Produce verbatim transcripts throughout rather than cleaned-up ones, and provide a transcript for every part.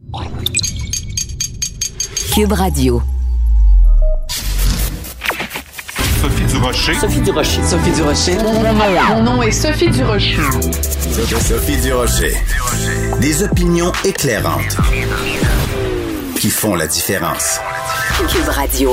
Cube Radio. Sophie Durocher. Sophie Durocher. Sophie Durocher. Mon nom est Sophie Durocher. Sophie Durocher. Des opinions éclairantes qui font la différence. Cube Radio.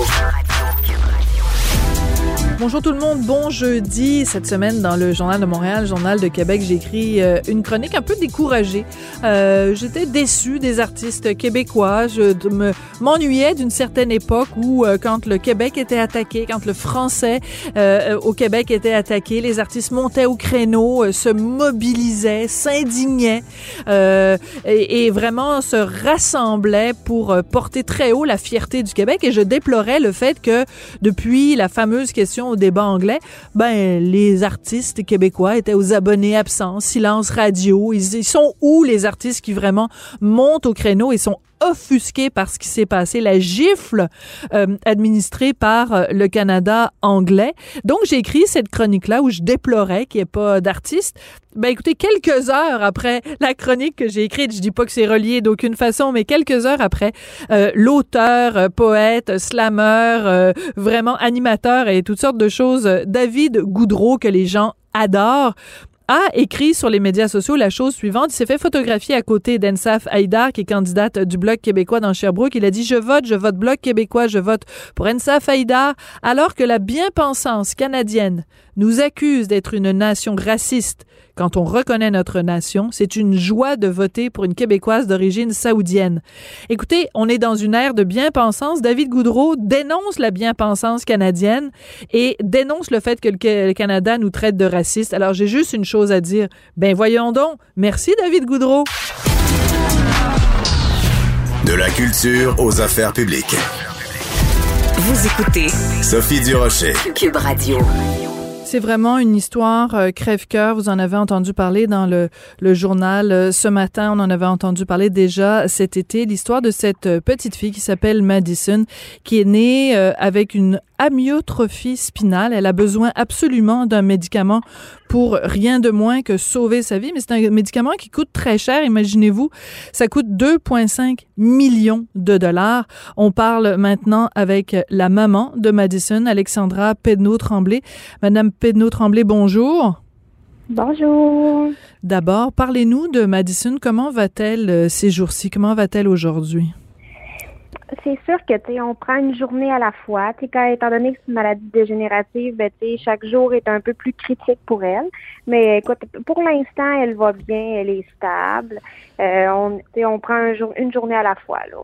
Bonjour tout le monde, bon jeudi. Cette semaine, dans le Journal de Montréal, Journal de Québec, j'ai écrit euh, une chronique un peu découragée. Euh, j'étais déçue des artistes québécois. Je me, m'ennuyais d'une certaine époque où, euh, quand le Québec était attaqué, quand le français euh, au Québec était attaqué, les artistes montaient au créneau, euh, se mobilisaient, s'indignaient euh, et, et vraiment se rassemblaient pour euh, porter très haut la fierté du Québec. Et je déplorais le fait que, depuis la fameuse question au débat anglais, ben les artistes québécois étaient aux abonnés absents, silence radio. Ils, ils sont où les artistes qui vraiment montent au créneau et sont offusqués par ce qui s'est passé, la gifle euh, administrée par euh, le Canada anglais. Donc, j'ai écrit cette chronique-là où je déplorais qu'il n'y ait pas d'artistes. Ben, écoutez, quelques heures après la chronique que j'ai écrite, je dis pas que c'est relié d'aucune façon, mais quelques heures après, euh, l'auteur, euh, poète, slammer, euh, vraiment animateur et toutes sortes de choses, euh, David Goudreau, que les gens adorent, a écrit sur les médias sociaux la chose suivante. Il s'est fait photographier à côté d'Ensaf Haïdar, qui est candidate du Bloc québécois dans Sherbrooke. Il a dit « Je vote, je vote Bloc québécois, je vote pour Ensaf Haïdar », alors que la bien-pensance canadienne nous accuse d'être une nation raciste. Quand on reconnaît notre nation, c'est une joie de voter pour une Québécoise d'origine saoudienne. Écoutez, on est dans une ère de bien-pensance. David Goudreau dénonce la bien-pensance canadienne et dénonce le fait que le Canada nous traite de racistes. Alors, j'ai juste une chose à dire. Ben, voyons donc. Merci, David Goudreau. De la culture aux affaires publiques. Vous écoutez Sophie Durocher. Cube Radio. C'est vraiment une histoire euh, crève-cœur. Vous en avez entendu parler dans le, le journal euh, ce matin. On en avait entendu parler déjà cet été. L'histoire de cette euh, petite fille qui s'appelle Madison, qui est née euh, avec une amyotrophie spinale. Elle a besoin absolument d'un médicament pour rien de moins que sauver sa vie. Mais c'est un médicament qui coûte très cher. Imaginez-vous, ça coûte deux virgule cinq millions de dollars. On parle maintenant avec la maman de Madison, Alexandra Pedneau-Tremblay. Madame Pedneau-Tremblay, bonjour. Bonjour. D'abord, parlez-nous de Madison. Comment va-t-elle euh, ces jours-ci? Comment va-t-elle aujourd'hui? C'est sûr que, tu sais, on prend une journée à la fois. Tu sais, quand, étant donné que c'est une maladie dégénérative, ben, tu sais, chaque jour est un peu plus critique pour elle. Mais écoute, pour l'instant, elle va bien, elle est stable. Euh, on, tu sais, on prend un jour, une journée à la fois, là.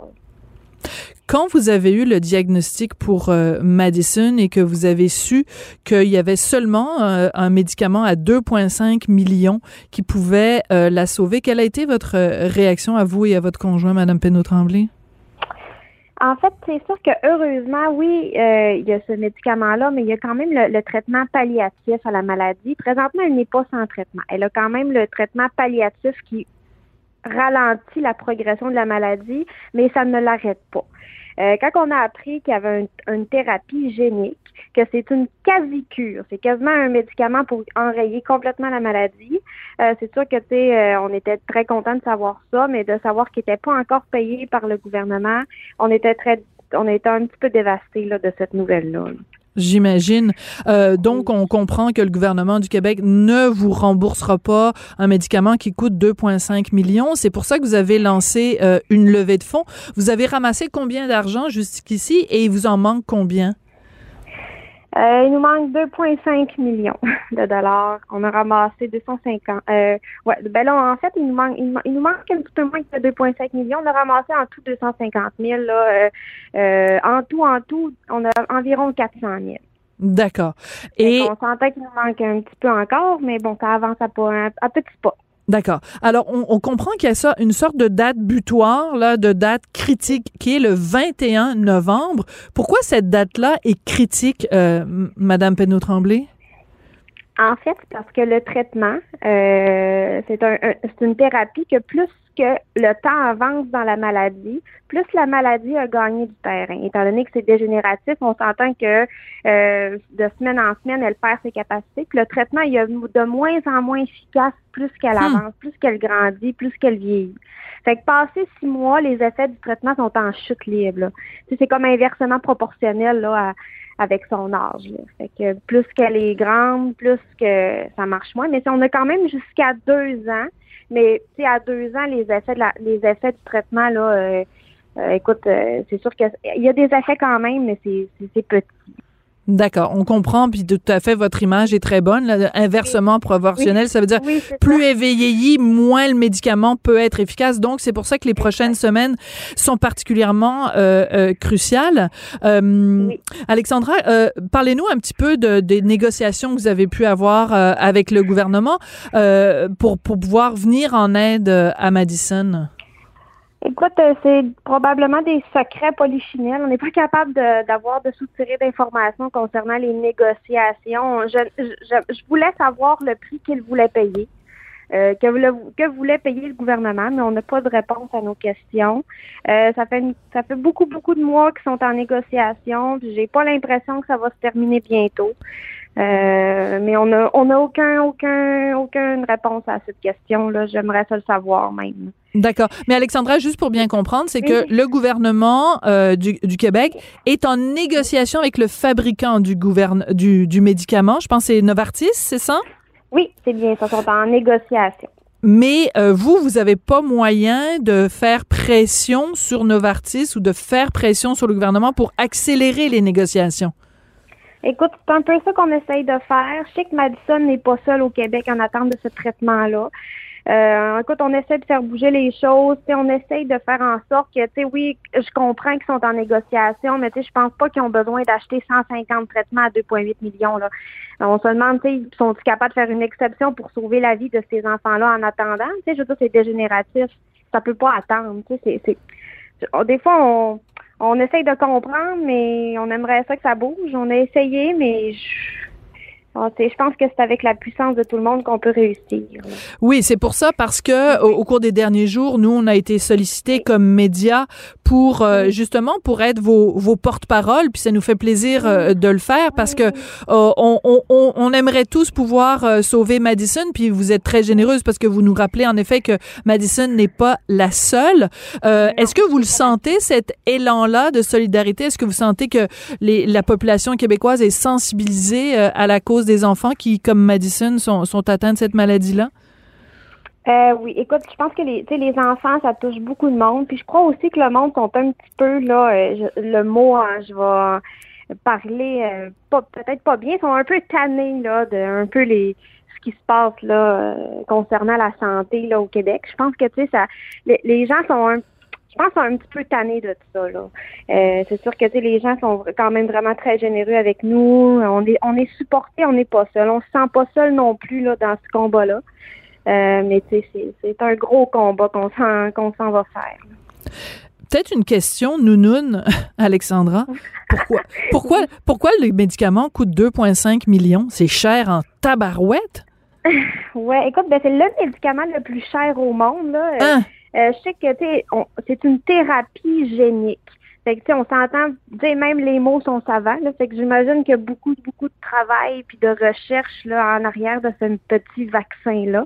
Quand vous avez eu le diagnostic pour euh, Madison et que vous avez su qu'il y avait seulement euh, un médicament à deux virgule cinq millions qui pouvait euh, la sauver, quelle a été votre réaction à vous et à votre conjoint, Madame Pedneau-Tremblay? En fait, c'est sûr que heureusement, oui, euh, il y a ce médicament-là, mais il y a quand même le, le traitement palliatif à la maladie. Présentement, elle n'est pas sans traitement. Elle a quand même le traitement palliatif qui ralentit la progression de la maladie, mais ça ne l'arrête pas. Euh, quand on a appris qu'il y avait un, une thérapie génique, que c'est une quasi-cure, c'est quasiment un médicament pour enrayer complètement la maladie, euh, c'est sûr que, tu sais, euh, on était très contents de savoir ça, mais de savoir qu'il n'était pas encore payé par le gouvernement, on était très, on était un petit peu dévastés, là, de cette nouvelle-là. J'imagine. Euh, donc, on comprend que le gouvernement du Québec ne vous remboursera pas un médicament qui coûte deux virgule cinq millions. C'est pour ça que vous avez lancé euh, une levée de fonds. Vous avez ramassé combien d'argent jusqu'ici et il vous en manque combien? Euh, il nous manque deux virgule cinq millions de dollars. On a ramassé deux cent cinquante. Euh, ouais, ben là, en fait, il nous manque, il, il nous manque un petit peu moins que deux virgule cinq millions. On a ramassé en tout deux cent cinquante mille. Là, euh, euh, en tout, en tout, on a environ quatre cent mille. D'accord. Et on sentait qu'il nous manque un petit peu encore, mais bon, ça avance à pas, à, à petits pas. D'accord. Alors, on, on comprend qu'il y a ça, une sorte de date butoir, là, de date critique, qui est le vingt et un novembre. Pourquoi cette date-là est critique, euh, Madame Pedneau-Tremblay? En fait, parce que le traitement, euh, c'est, un, un, c'est une thérapie que plus que le temps avance dans la maladie, plus la maladie a gagné du terrain. Étant donné que c'est dégénératif, on s'entend que euh, de semaine en semaine, elle perd ses capacités. Puis le traitement, il est de moins en moins efficace plus qu'elle Hmm. avance, plus qu'elle grandit, plus qu'elle vieillit. Fait que passé six mois, les effets du traitement sont en chute libre. Là. Tu sais, c'est comme inversement proportionnel là, à, avec son âge. Là. Fait que plus qu'elle est grande, plus que ça marche moins. Mais si on a quand même jusqu'à deux ans, mais tu sais, à deux ans, les effets de la, les effets du traitement, là, euh, euh, écoute, euh, c'est sûr qu'il y a des effets quand même, mais c'est, c'est, c'est petit. D'accord, on comprend, puis tout à fait, votre image est très bonne, là, inversement proportionnelle, Oui. ça veut dire Oui, c'est plus ça. elle vieillit, moins le médicament peut être efficace. Donc, c'est pour ça que les prochaines semaines sont particulièrement euh, euh, cruciales. Euh, Oui. Alexandra, euh, parlez-nous un petit peu de, des négociations que vous avez pu avoir euh, avec le gouvernement euh, pour, pour pouvoir venir en aide à Madison. Écoute, euh, c'est probablement des secrets polichinelles. On n'est pas capable de, d'avoir de soutirer d'informations concernant les négociations. Je, je, je voulais savoir le prix qu'ils voulaient payer, euh, que, le, que voulait payer le gouvernement, mais on n'a pas de réponse à nos questions. Euh, ça fait une, ça fait beaucoup, beaucoup de mois qu'ils sont en négociation. Puis j'ai pas l'impression que ça va se terminer bientôt. Euh, mais on a on a aucun aucun aucune réponse à cette question-là. J'aimerais ça le savoir même. D'accord. Mais Alexandra, juste pour bien comprendre, c'est Oui. que le gouvernement euh, du, du Québec est en négociation avec le fabricant du, gouverne, du, du médicament. Je pense que c'est Novartis, c'est ça? Oui, c'est bien. Ça sont en négociation. Mais euh, vous, vous n'avez pas moyen de faire pression sur Novartis ou de faire pression sur le gouvernement pour accélérer les négociations? Écoute, c'est un peu ça qu'on essaye de faire. Je sais que Madison n'est pas seule au Québec en attente de ce traitement-là. Euh, écoute, on essaie de faire bouger les choses. T'sais, on essaye de faire en sorte que, tu sais, oui, je comprends qu'ils sont en négociation, mais tu sais, je pense pas qu'ils ont besoin d'acheter cent cinquante traitements à deux virgule huit millions. Là. On se demande, tu sais, sont-ils capables de faire une exception pour sauver la vie de ces enfants-là en attendant? Tu sais, je veux dire, c'est dégénératif. Ça peut pas attendre. Tu sais, c'est, c'est... Des fois, on... On essaye de comprendre, mais on aimerait ça que ça bouge. On a essayé, mais je, je pense que c'est avec la puissance de tout le monde qu'on peut réussir. Oui, c'est pour ça, parce que au, au cours des derniers jours, nous, on a été sollicités comme médias pour, euh, justement, pour être vos, vos porte-paroles, puis ça nous fait plaisir euh, de le faire, parce que euh, on, on, on aimerait tous pouvoir euh, sauver Madison, puis vous êtes très généreuse, parce que vous nous rappelez, en effet, que Madison n'est pas la seule. Euh, est-ce que vous le sentez, cet élan-là de solidarité? Est-ce que vous sentez que les, la population québécoise est sensibilisée euh, à la cause des enfants qui, comme Madison, sont, sont atteints de cette maladie-là? Euh, oui, écoute, je pense que les, tu sais, les enfants, ça touche beaucoup de monde. Puis je crois aussi que le monde sont un petit peu, là, euh, je, le mot, hein, je vais parler, euh, pas, peut-être pas bien, ils sont un peu tannés, là, de un peu les ce qui se passe, là, euh, concernant la santé, là, au Québec. Je pense que, tu sais, ça, les, les gens sont un Je pense qu'on est un petit peu tannés de tout ça, là. Euh, c'est sûr que, tu sais, les gens sont quand même vraiment très généreux avec nous. On est, on est supportés, on n'est pas seul. On se sent pas seul non plus, là, dans ce combat-là. Euh, mais, tu sais, c'est, c'est un gros combat qu'on s'en, qu'on s'en va faire, là. Peut-être une question, nounoune, Alexandra. Pourquoi, pourquoi, pourquoi les médicaments coûtent deux virgule cinq millions? C'est cher en tabarouette? Ouais, écoute, ben, c'est le médicament le plus cher au monde, là. Hein? Euh, je sais que, tu sais, on- c'est une thérapie génique. Fait que, tu sais, on s'entend, tu sais, même les mots sont savants, là. Fait que j'imagine qu'il y a beaucoup, beaucoup de travail puis de recherche, là, en arrière de ce petit vaccin-là.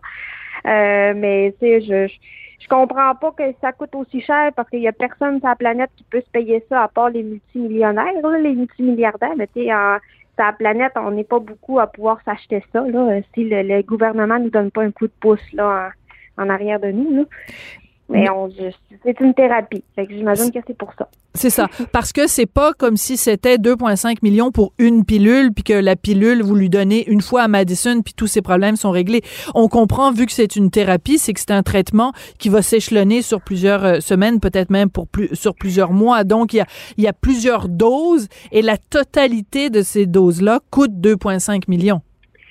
Euh, mais, tu sais, je, je, je comprends pas que ça coûte aussi cher parce qu'il y a personne sur la planète qui peut se payer ça à part les multimillionnaires, là, les multimilliardaires. Mais, tu sais, en, sur la planète, on n'est pas beaucoup à pouvoir s'acheter ça, là, si le, le gouvernement nous donne pas un coup de pouce, là, en, en arrière de nous, là. Mais on, je- c'est une thérapie. Fait que j'imagine que c'est pour ça. C'est ça. Parce que c'est pas comme si c'était deux virgule cinq millions pour une pilule, puis que la pilule, vous lui donnez une fois à Madison, puis tous ses problèmes sont réglés. On comprend, vu que c'est une thérapie, c'est que c'est un traitement qui va s'échelonner sur plusieurs euh, semaines, peut-être même pour plus, sur plusieurs mois. Donc, il y a, il y a plusieurs doses, et la totalité de ces doses-là coûte deux virgule cinq millions.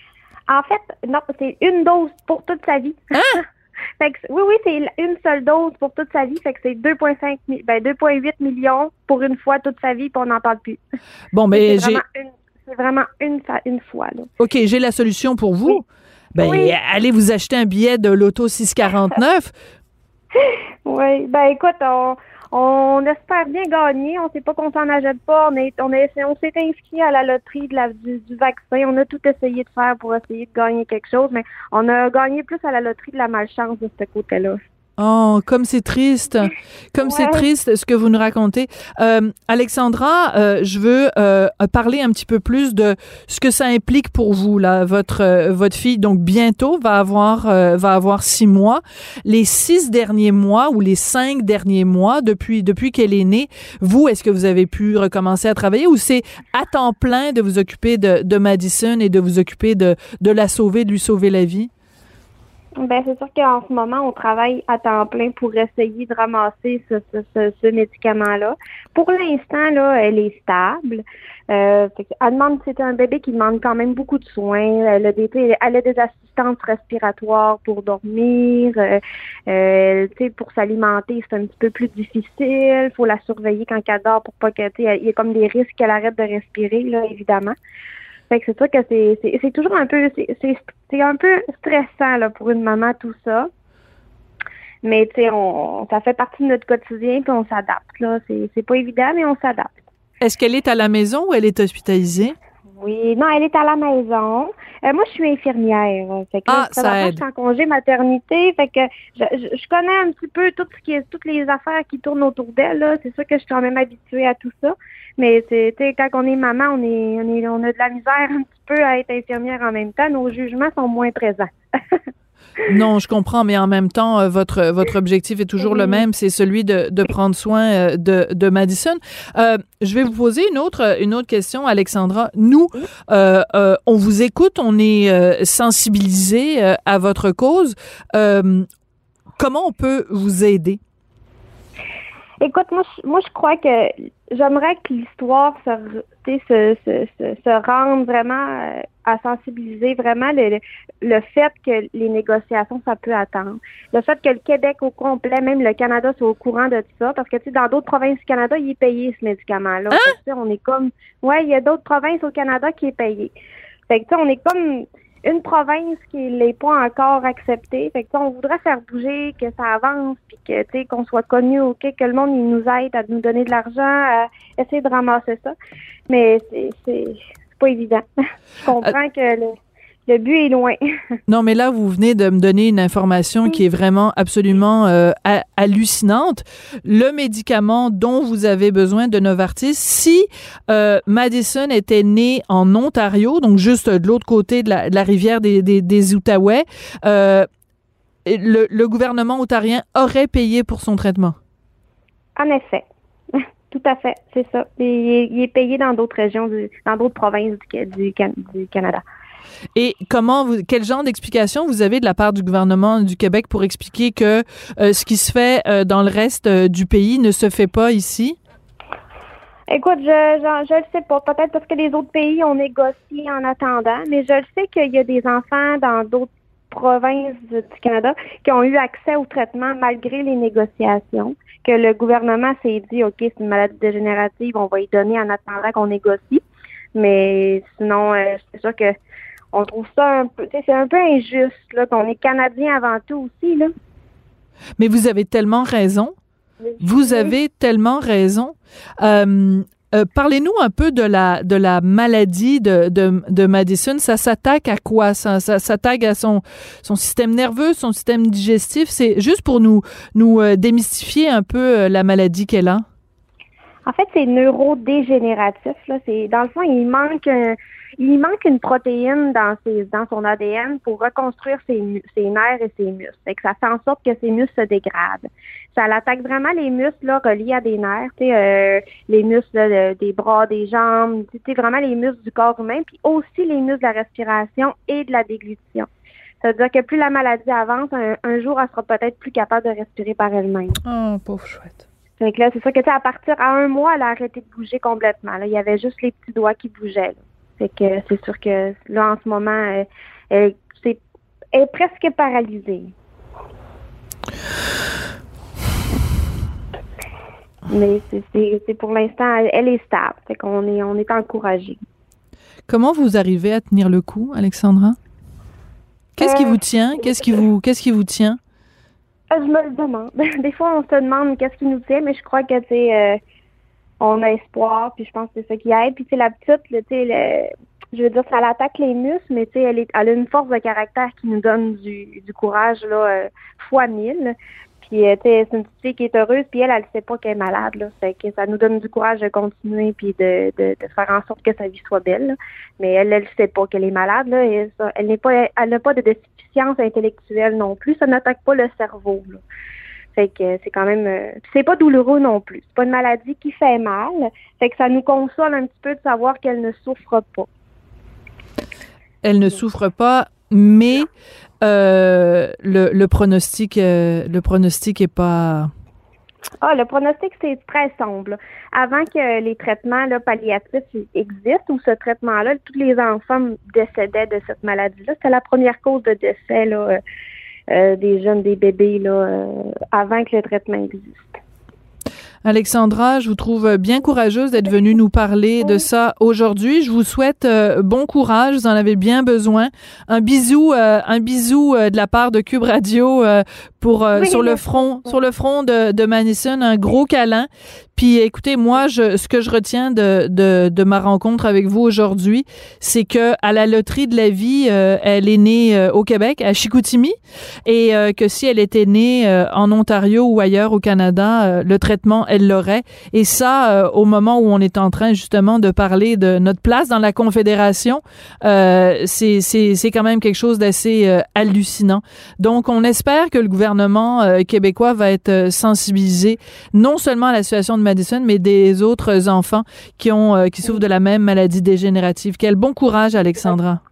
En fait, non, c'est une dose pour toute sa vie. Fait que, oui, oui, c'est une seule dose pour toute sa vie. Fait que c'est deux virgule cinq, mi- ben, deux virgule huit millions pour une fois toute sa vie, puis on n'en parle plus. Bon, mais c'est j'ai... vraiment une, c'est vraiment une, fa- une fois, là. OK, j'ai la solution pour vous. Oui. Ben, Oui. allez vous acheter un billet de l'auto six cent quarante-neuf. Oui, ben écoute, on, on espère bien gagner. On sait pas qu'on s'en achète pas. On est, on est, on s'est inscrit à la loterie de la, du, du vaccin. On a tout essayé de faire pour essayer de gagner quelque chose, mais on a gagné plus à la loterie de la malchance de ce côté-là. Oh, comme c'est triste, comme ouais. c'est triste ce que vous nous racontez. Euh, Alexandra, euh, je veux euh, parler un petit peu plus de ce que ça implique pour vous là. Votre euh, votre fille donc bientôt va avoir euh, va avoir six mois. Les six derniers mois ou les cinq derniers mois depuis depuis qu'elle est née, vous est-ce que vous avez pu recommencer à travailler ou c'est à temps plein de vous occuper de, de Madison et de vous occuper de de la sauver, de lui sauver la vie? Ben c'est sûr qu'en ce moment, on travaille à temps plein pour essayer de ramasser ce, ce, ce, ce médicament-là. Pour l'instant, là, elle est stable. Euh, elle demande, c'est un bébé qui demande quand même beaucoup de soins. Elle a des, elle a des assistances respiratoires pour dormir. Euh, euh, tu sais, pour s'alimenter, c'est un petit peu plus difficile. Il faut la surveiller quand elle dort pour pas que, tu sais, il y a comme des risques qu'elle arrête de respirer, là, évidemment. Fait que c'est sûr que c'est, c'est, c'est toujours un peu, c'est, c'est, c'est un peu stressant, là, pour une maman, tout ça. Mais, tu sais, on, ça fait partie de notre quotidien, puis on s'adapte, là. C'est, c'est pas évident, mais on s'adapte. Est-ce qu'elle est à la maison ou elle est hospitalisée? Oui, non, elle est à la maison. Euh, moi, je suis infirmière. Fait que ah, là, ça aide. Je suis en congé maternité. Fait que je, je, je connais un petit peu tout ce qui est, toutes les affaires qui tournent autour d'elle, là. C'est sûr que je suis quand même habituée à tout ça. Mais c'est, tu sais, quand on est maman, on est, on est, on a de la misère un petit peu à être infirmière en même temps. Nos jugements sont moins présents. Non, je comprends, mais en même temps, euh, votre votre objectif est toujours oui. le même, c'est celui de, de prendre soin euh, de, de Madison. Euh, je vais vous poser une autre une autre question, Alexandra. Nous, euh, euh, on vous écoute, on est euh, sensibilisés euh, à votre cause. Euh, comment on peut vous aider? Écoute, moi, je, moi, je crois que j'aimerais que l'histoire se, se, se, se, se rende vraiment à sensibiliser vraiment le, le fait que les négociations, ça peut attendre. Le fait que le Québec au complet, même le Canada, soit au courant de tout ça. Parce que, tu sais, dans d'autres provinces du Canada, il est payé, ce médicament-là. Hein? Fait que, on est comme... Ouais, il y a d'autres provinces au Canada qui est payé. Fait que, tu sais, on est comme... une province qui n'est pas encore acceptée. Fait que, on voudrait faire bouger, que ça avance, puis que, tu sais, qu'on soit connu, OK, que le monde, il nous aide à nous donner de l'argent, à essayer de ramasser ça. Mais c'est, c'est, c'est pas évident. Je comprends euh... que le, le but est loin. Non, mais là, vous venez de me donner une information qui est vraiment absolument euh, ha- hallucinante. Le médicament dont vous avez besoin de Novartis, si euh, Madison était née en Ontario, donc juste de l'autre côté de la, de la rivière des, des, des Outaouais, euh, le, le gouvernement ontarien aurait payé pour son traitement. En effet. Tout à fait, c'est ça. Il est, il est payé dans d'autres régions, du, dans d'autres provinces du, du, du Canada. Et comment vous, quel genre d'explication vous avez de la part du gouvernement du Québec pour expliquer que euh, ce qui se fait euh, dans le reste euh, du pays ne se fait pas ici? Écoute, je je, je le sais pas. Peut-être parce que les autres pays ont négocié en attendant, mais je le sais qu'il y a des enfants dans d'autres provinces du Canada qui ont eu accès au traitement malgré les négociations, que le gouvernement s'est dit, OK, c'est une maladie dégénérative, on va y donner en attendant qu'on négocie. Mais sinon, euh, c'est sûr que on trouve ça un peu, tu sais, c'est un peu injuste, là, qu'on est Canadiens avant tout aussi, là. Mais vous avez tellement raison. Vous avez tellement raison. Euh, euh, parlez-nous un peu de la de la maladie de de, de Madison. Ça s'attaque à quoi? Ça, ça s'attaque à son son système nerveux, son système digestif. C'est juste pour nous nous euh, démystifier un peu euh, la maladie qu'elle a. En fait, c'est neurodégénératif. Là, c'est dans le fond, il manque un, il manque une protéine dans ses dans son A D N pour reconstruire ses, ses nerfs et ses muscles. Fait que ça fait en sorte que ses muscles se dégradent. Ça l'attaque vraiment les muscles là, reliés à des nerfs, tu sais, euh, les muscles là, des bras, des jambes, tu sais, vraiment les muscles du corps humain, puis aussi les muscles de la respiration et de la déglutition. Ça veut dire que plus la maladie avance, un, un jour, elle sera peut-être plus capable de respirer par elle-même. Oh, pauvre chouette. Fait que là, c'est ça que, tu sais, à partir à un mois, elle a arrêté de bouger complètement. Là. Il y avait juste les petits doigts qui bougeaient. Là. Fait que c'est sûr que là, en ce moment, elle, elle, c'est, elle est presque paralysée. Mais c'est, c'est, c'est pour l'instant, elle, elle est stable. Fait qu'on est, on est encouragés. Comment vous arrivez à tenir le coup, Alexandra? Qu'est-ce euh, qui vous tient? Qu'est-ce qui vous, qu'est-ce qui vous tient? Je me le demande. Des fois, on se demande qu'est-ce qui nous tient, mais je crois que, tu sais, euh, on a espoir, puis je pense que c'est ça qui aide. Puis, tu sais, la petite, tu sais, le, je veux dire, ça l'attaque les muscles, mais, tu sais, elle, est, elle a une force de caractère qui nous donne du, du courage, là, euh, fois mille. Puis, euh, tu sais, c'est une petite fille qui est heureuse, puis elle, elle sait pas qu'elle est malade, là. Fait que ça nous donne du courage de continuer, puis de, de, de faire en sorte que sa vie soit belle, là. Mais elle, elle sait pas qu'elle est malade, là. Et ça, elle n'est pas, elle n'a pas de déficience intellectuelle non plus. Ça n'attaque pas le cerveau, là. Fait que c'est quand même, euh, c'est pas douloureux non plus. C'est pas une maladie qui fait mal. Fait que ça nous console un petit peu de savoir qu'elle ne souffre pas. Elle ne souffre pas, mais euh, le, le pronostic, euh, le pronostic est pas. Ah, le pronostic, c'est très sombre. Avant que les traitements là, palliatifs existent, ou ce traitement-là, tous les enfants décédaient de cette maladie-là. C'était la première cause de décès là, euh, euh, des jeunes, des bébés, là, euh, avant que le traitement existe. Alexandra, je vous trouve bien courageuse d'être venue nous parler de ça aujourd'hui. Je vous souhaite euh, bon courage, vous en avez bien besoin. Un bisou, euh, un bisou euh, de la part de Cube Radio euh, pour euh, oui, sur le front, sur le front de, de Madison, un gros câlin. Puis écoutez, moi, je, ce que je retiens de, de, de ma rencontre avec vous aujourd'hui, c'est que à la loterie de la vie, euh, elle est née euh, au Québec, à Chicoutimi, et euh, que si elle était née euh, en Ontario ou ailleurs au Canada, euh, le traitement, elle l'aurait. Et ça, euh, au moment où on est en train justement de parler de notre place dans la Confédération, euh, c'est, c'est, c'est quand même quelque chose d'assez euh, hallucinant. Donc, on espère que le gouvernement euh, québécois va être euh, sensibilisé non seulement à la situation de Madison, mais des autres enfants qui ont euh, qui souffrent de la même maladie dégénérative. Quel bon courage, Alexandra.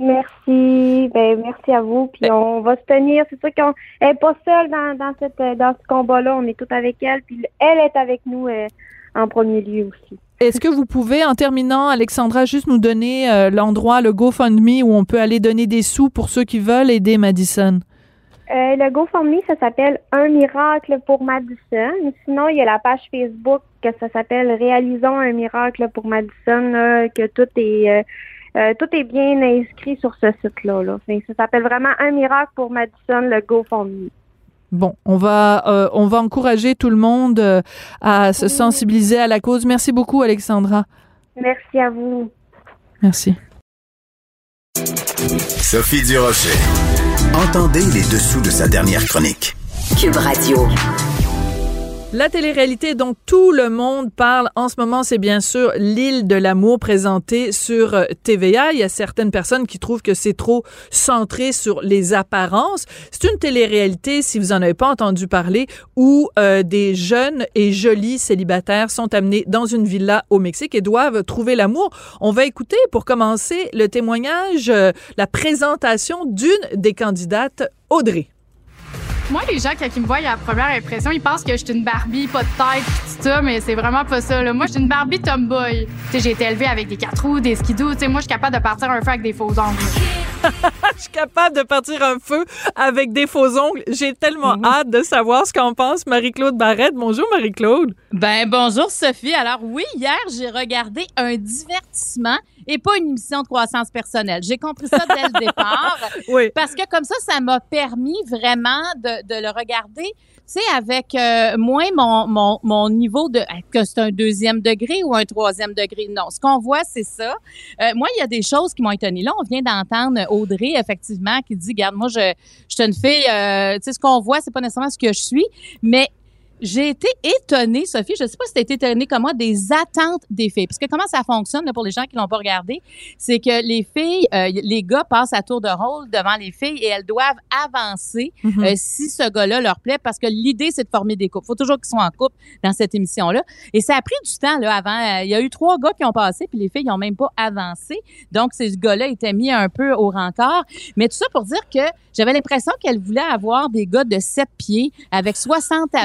Merci. Ben, merci à vous. Puis ben, on va se tenir. C'est sûr qu'on n'est pas seule dans, dans, cette, dans ce combat-là. On est tous avec elle. Puis elle est avec nous euh, en premier lieu aussi. Est-ce que vous pouvez, en terminant, Alexandra, juste nous donner euh, l'endroit, le GoFundMe, où on peut aller donner des sous pour ceux qui veulent aider Madison? Euh, le GoFundMe, ça s'appelle Un miracle pour Madison. Sinon, il y a la page Facebook que ça s'appelle Réalisons un miracle pour Madison, là, que tout est euh, euh, tout est bien inscrit sur ce site-là. Là. Enfin, ça s'appelle vraiment Un miracle pour Madison, le GoFundMe. Bon, on va euh, on va encourager tout le monde euh, à se sensibiliser à la cause. Merci beaucoup, Alexandra. Merci à vous. Merci. Sophie Durocher. Entendez les dessous de sa dernière chronique. Cube Radio. La télé-réalité dont tout le monde parle en ce moment, c'est bien sûr L'île de l'amour présentée sur T V A. Il y a certaines personnes qui trouvent que c'est trop centré sur les apparences. C'est une télé-réalité, si vous en avez pas entendu parler, où euh, des jeunes et jolis célibataires sont amenés dans une villa au Mexique et doivent trouver l'amour. On va écouter, pour commencer, le témoignage, euh, la présentation d'une des candidates, Audrey. Moi, les gens, quand ils me voient à la première impression, ils pensent que je suis une Barbie, pas de tête, pis tout ça, mais c'est vraiment pas ça, là. Moi, je suis une Barbie tomboy. Tu sais, j'ai été élevée avec des quatre roues, des skidoo. Tu sais, moi, je suis capable de partir un feu avec des faux ongles. Je suis capable de partir un feu avec des faux ongles. J'ai tellement mmh. hâte de savoir ce qu'en pense Marie-Claude Barrette. Bonjour, Marie-Claude. Ben, bonjour, Sophie. Alors, oui, hier, j'ai regardé un divertissement et pas une émission de croissance personnelle. J'ai compris ça dès le départ. Oui. Parce que comme ça, ça m'a permis vraiment de, de le regarder, tu sais, avec euh, moins mon, mon, mon niveau de... que c'est un deuxième degré ou un troisième degré. Non, ce qu'on voit, c'est ça. Euh, moi, il y a des choses qui m'ont étonnée. Là, on vient d'entendre Audrey, effectivement, qui dit, regarde, moi, je, je suis une fille, euh, tu sais, ce qu'on voit, c'est pas nécessairement ce que je suis, mais j'ai été étonnée, Sophie, je sais pas si tu as été étonnée comme moi, des attentes des filles. Parce que comment ça fonctionne, là, pour les gens qui l'ont pas regardé, c'est que les filles, euh, les gars passent à tour de rôle devant les filles et elles doivent avancer mm-hmm. euh, si ce gars-là leur plaît, parce que l'idée, c'est de former des couples. Il faut toujours qu'ils soient en couple dans cette émission-là. Et ça a pris du temps, là, avant. Il y a eu trois gars qui ont passé, puis les filles, ils ont même pas avancé. Donc, ces gars-là étaient mis un peu au rencard. Mais tout ça pour dire que j'avais l'impression qu'elle voulait avoir des gars de sept pieds avec soixante abdos,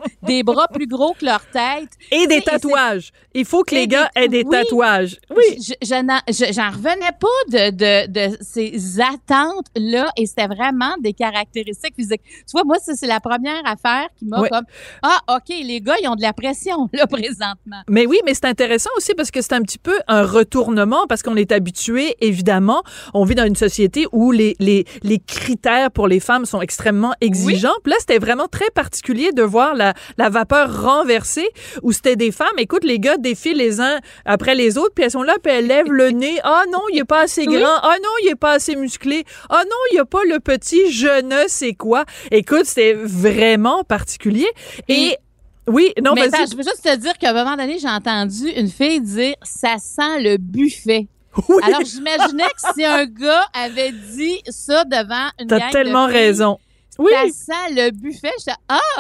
des bras plus gros que leur tête. Et des tatouages. Il faut que les gars aient des tatouages. Oui. Je, je n'en, je, j'en revenais pas de, de, de ces attentes-là et c'était vraiment des caractéristiques physiques. Tu vois, moi, ça, c'est la première affaire qui m'a oui. comme, ah, OK, les gars, ils ont de la pression, là, présentement. Mais oui, mais c'est intéressant aussi parce que c'est un petit peu un retournement parce qu'on est habitué, évidemment, on vit dans une société où les, les, les critères pour les femmes sont extrêmement exigeants. Oui. Puis là, c'était vraiment très particulier de voir la, la vapeur renversée où c'était des femmes, écoute, les gars défilent les uns après les autres, puis elles sont là, puis elles lèvent le nez. Ah non, il est pas assez grand. Oui. Ah non, il est pas assez musclé. Ah non, il y a pas le petit je ne sais quoi. Écoute, c'était vraiment particulier. Et, Et oui, non, mais vas-y. Attends, je veux juste te dire qu'à un moment donné, j'ai entendu une fille dire « ça sent le buffet ». Oui. Alors, j'imaginais que si un gars avait dit ça devant une gang de filles... T'as tellement raison. Oui. Ça sent le buffet. J'étais « ah! »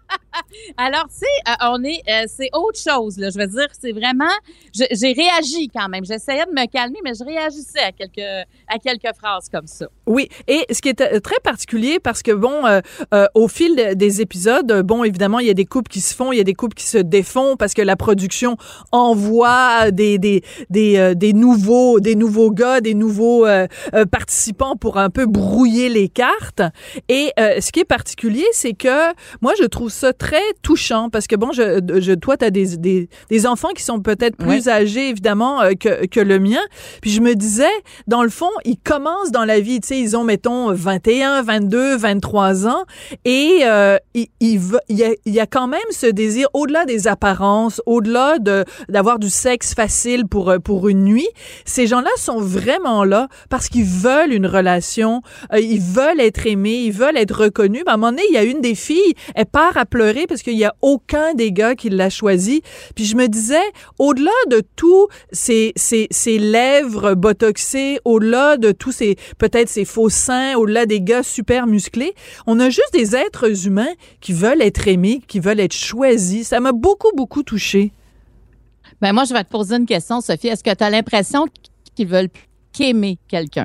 Alors, tu sais, euh, on est, euh, c'est autre chose, là. Je veux dire, c'est vraiment, je, j'ai réagi quand même. J'essayais de me calmer, mais je réagissais à quelques, à quelques phrases comme ça. Oui. Et ce qui est très particulier, parce que bon, euh, euh, au fil des épisodes, bon, évidemment, il y a des couples qui se font, il y a des couples qui se défont parce que la production envoie des, des, des, euh, des nouveaux, des nouveaux gars, des nouveaux euh, euh, participants pour un peu brouiller les cartes. Et euh, ce qui est particulier, c'est que moi, je trouve ça très touchant parce que bon, je, je toi, t'as des, des, des enfants qui sont peut-être plus ouais. âgés, évidemment, euh, que, que le mien. Puis je me disais, dans le fond, ils commencent dans la vie, tu sais, ils ont, mettons, vingt et un, vingt-deux, vingt-trois ans et euh, il, il, il, y a, il y a quand même ce désir, au-delà des apparences, au-delà de, d'avoir du sexe facile pour, pour une nuit. Ces gens-là sont vraiment là parce qu'ils veulent une relation, euh, ils veulent être aimés, ils veulent être reconnus. Ben, à un moment donné, il y a une des filles, elle part à pleurer parce qu'il y a aucun des gars qui l'a choisi. Puis je me disais, au-delà de tous ces, ces, ces lèvres botoxées, au-delà de tous ces, peut-être ces faux seins, au-delà des gars super musclés, on a juste des êtres humains qui veulent être aimés, qui veulent être choisis. Ça m'a beaucoup, beaucoup touchée. Ben moi, je vais te poser une question, Sophie. Est-ce que tu as l'impression qu'ils veulent qu'aimer quelqu'un?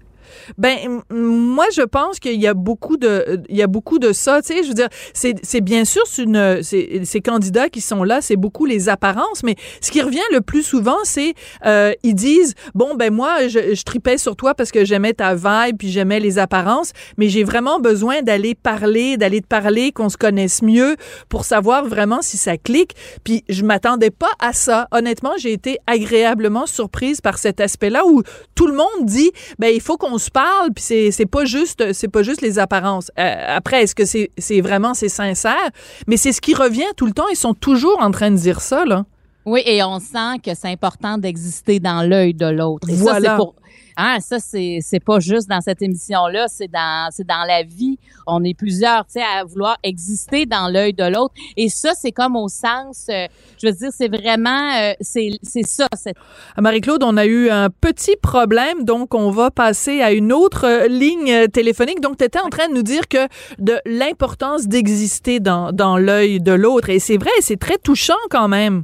Ben moi je pense qu'il y a beaucoup de il y a beaucoup de ça, tu sais, je veux dire c'est c'est bien sûr c'est une c'est ces candidats qui sont là, c'est beaucoup les apparences, mais ce qui revient le plus souvent c'est euh, ils disent bon ben moi je, je tripais sur toi parce que j'aimais ta vibe puis j'aimais les apparences, mais j'ai vraiment besoin d'aller parler, d'aller te parler, qu'on se connaisse mieux pour savoir vraiment si ça clique. Puis je m'attendais pas à ça. Honnêtement, j'ai été agréablement surprise par cet aspect-là où tout le monde dit ben il faut qu'on se parle, puis c'est c'est pas juste c'est pas juste les apparences. Euh, après, est-ce que c'est c'est vraiment c'est sincère? Mais c'est ce qui revient tout le temps. Ils sont toujours en train de dire ça, là. Oui, et on sent que c'est important d'exister dans l'œil de l'autre. Et voilà. Ça, c'est pour... Hein, ça, c'est, c'est pas juste dans cette émission-là, c'est dans, c'est dans la vie. On est plusieurs, tu sais, à vouloir exister dans l'œil de l'autre. Et ça, c'est comme au sens, euh, je veux dire, c'est vraiment, euh, c'est, c'est ça. C'est... Marie-Claude, on a eu un petit problème, donc on va passer à une autre euh, ligne téléphonique. Donc, tu étais en train de nous dire que de l'importance d'exister dans, dans l'œil de l'autre. Et c'est vrai, c'est très touchant quand même.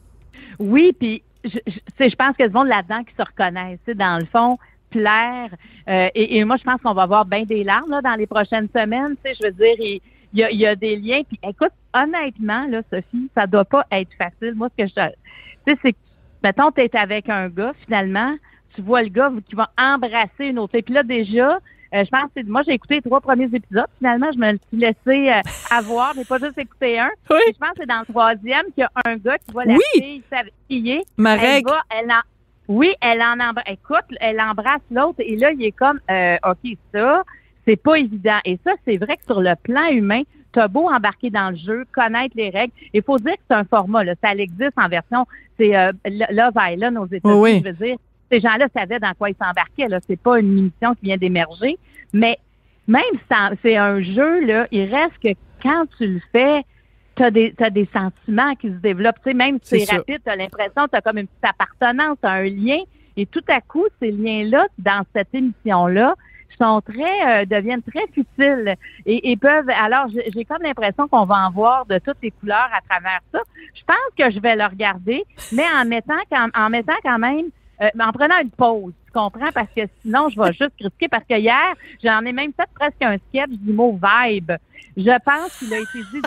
Oui, puis je, je, je pense qu'il y a du monde là-dedans qui se reconnaissent, tu sais, dans le fond, plaire. Euh, et, et moi, je pense qu'on va avoir bien des larmes là, dans les prochaines semaines. Tu sais, je veux dire, il y a, il y a des liens. Puis, écoute, honnêtement, là, Sophie, ça doit pas être facile. Moi, ce que je... Tu sais, c'est que, mettons, t'es avec un gars, finalement, tu vois le gars qui va embrasser une autre. Et puis là, déjà... Euh, je pense que moi, j'ai écouté les trois premiers épisodes. Finalement, je me suis laissé euh, avoir. J'ai pas juste écouté un. Oui. Et je pense que c'est dans le troisième qu'il y a un gars qui voit la oui. fille s'habiller. Marek. Elle va, elle en, oui, elle en embrasse. Écoute, elle embrasse l'autre et là, il est comme, euh, OK, ça, c'est pas évident. Et ça, c'est vrai que sur le plan humain, t'as beau embarquer dans le jeu, connaître les règles. Il faut dire que c'est un format, là. Ça existe en version, c'est euh, Love Island aux États-Unis, oh oui. je veux dire. Ces gens-là savaient dans quoi ils s'embarquaient. Là, c'est pas une émission qui vient d'émerger, mais même si c'est un jeu, là, il reste que quand tu le fais, t'as des t'as des sentiments qui se développent. Tu sais, même si c'est, c'est rapide, t'as l'impression que t'as comme une petite appartenance, t'as un lien, et tout à coup, ces liens-là dans cette émission-là sont très euh, deviennent très futiles et, et peuvent. Alors, j'ai, j'ai comme l'impression qu'on va en voir de toutes les couleurs à travers ça. Je pense que je vais le regarder, mais en mettant quand, en mettant quand même. Euh, en prenant une pause, tu comprends? Parce que sinon, je vais juste critiquer. Parce que hier, j'en ai même fait presque un sketch du mot « vibe ». Je pense qu'il a été dit dix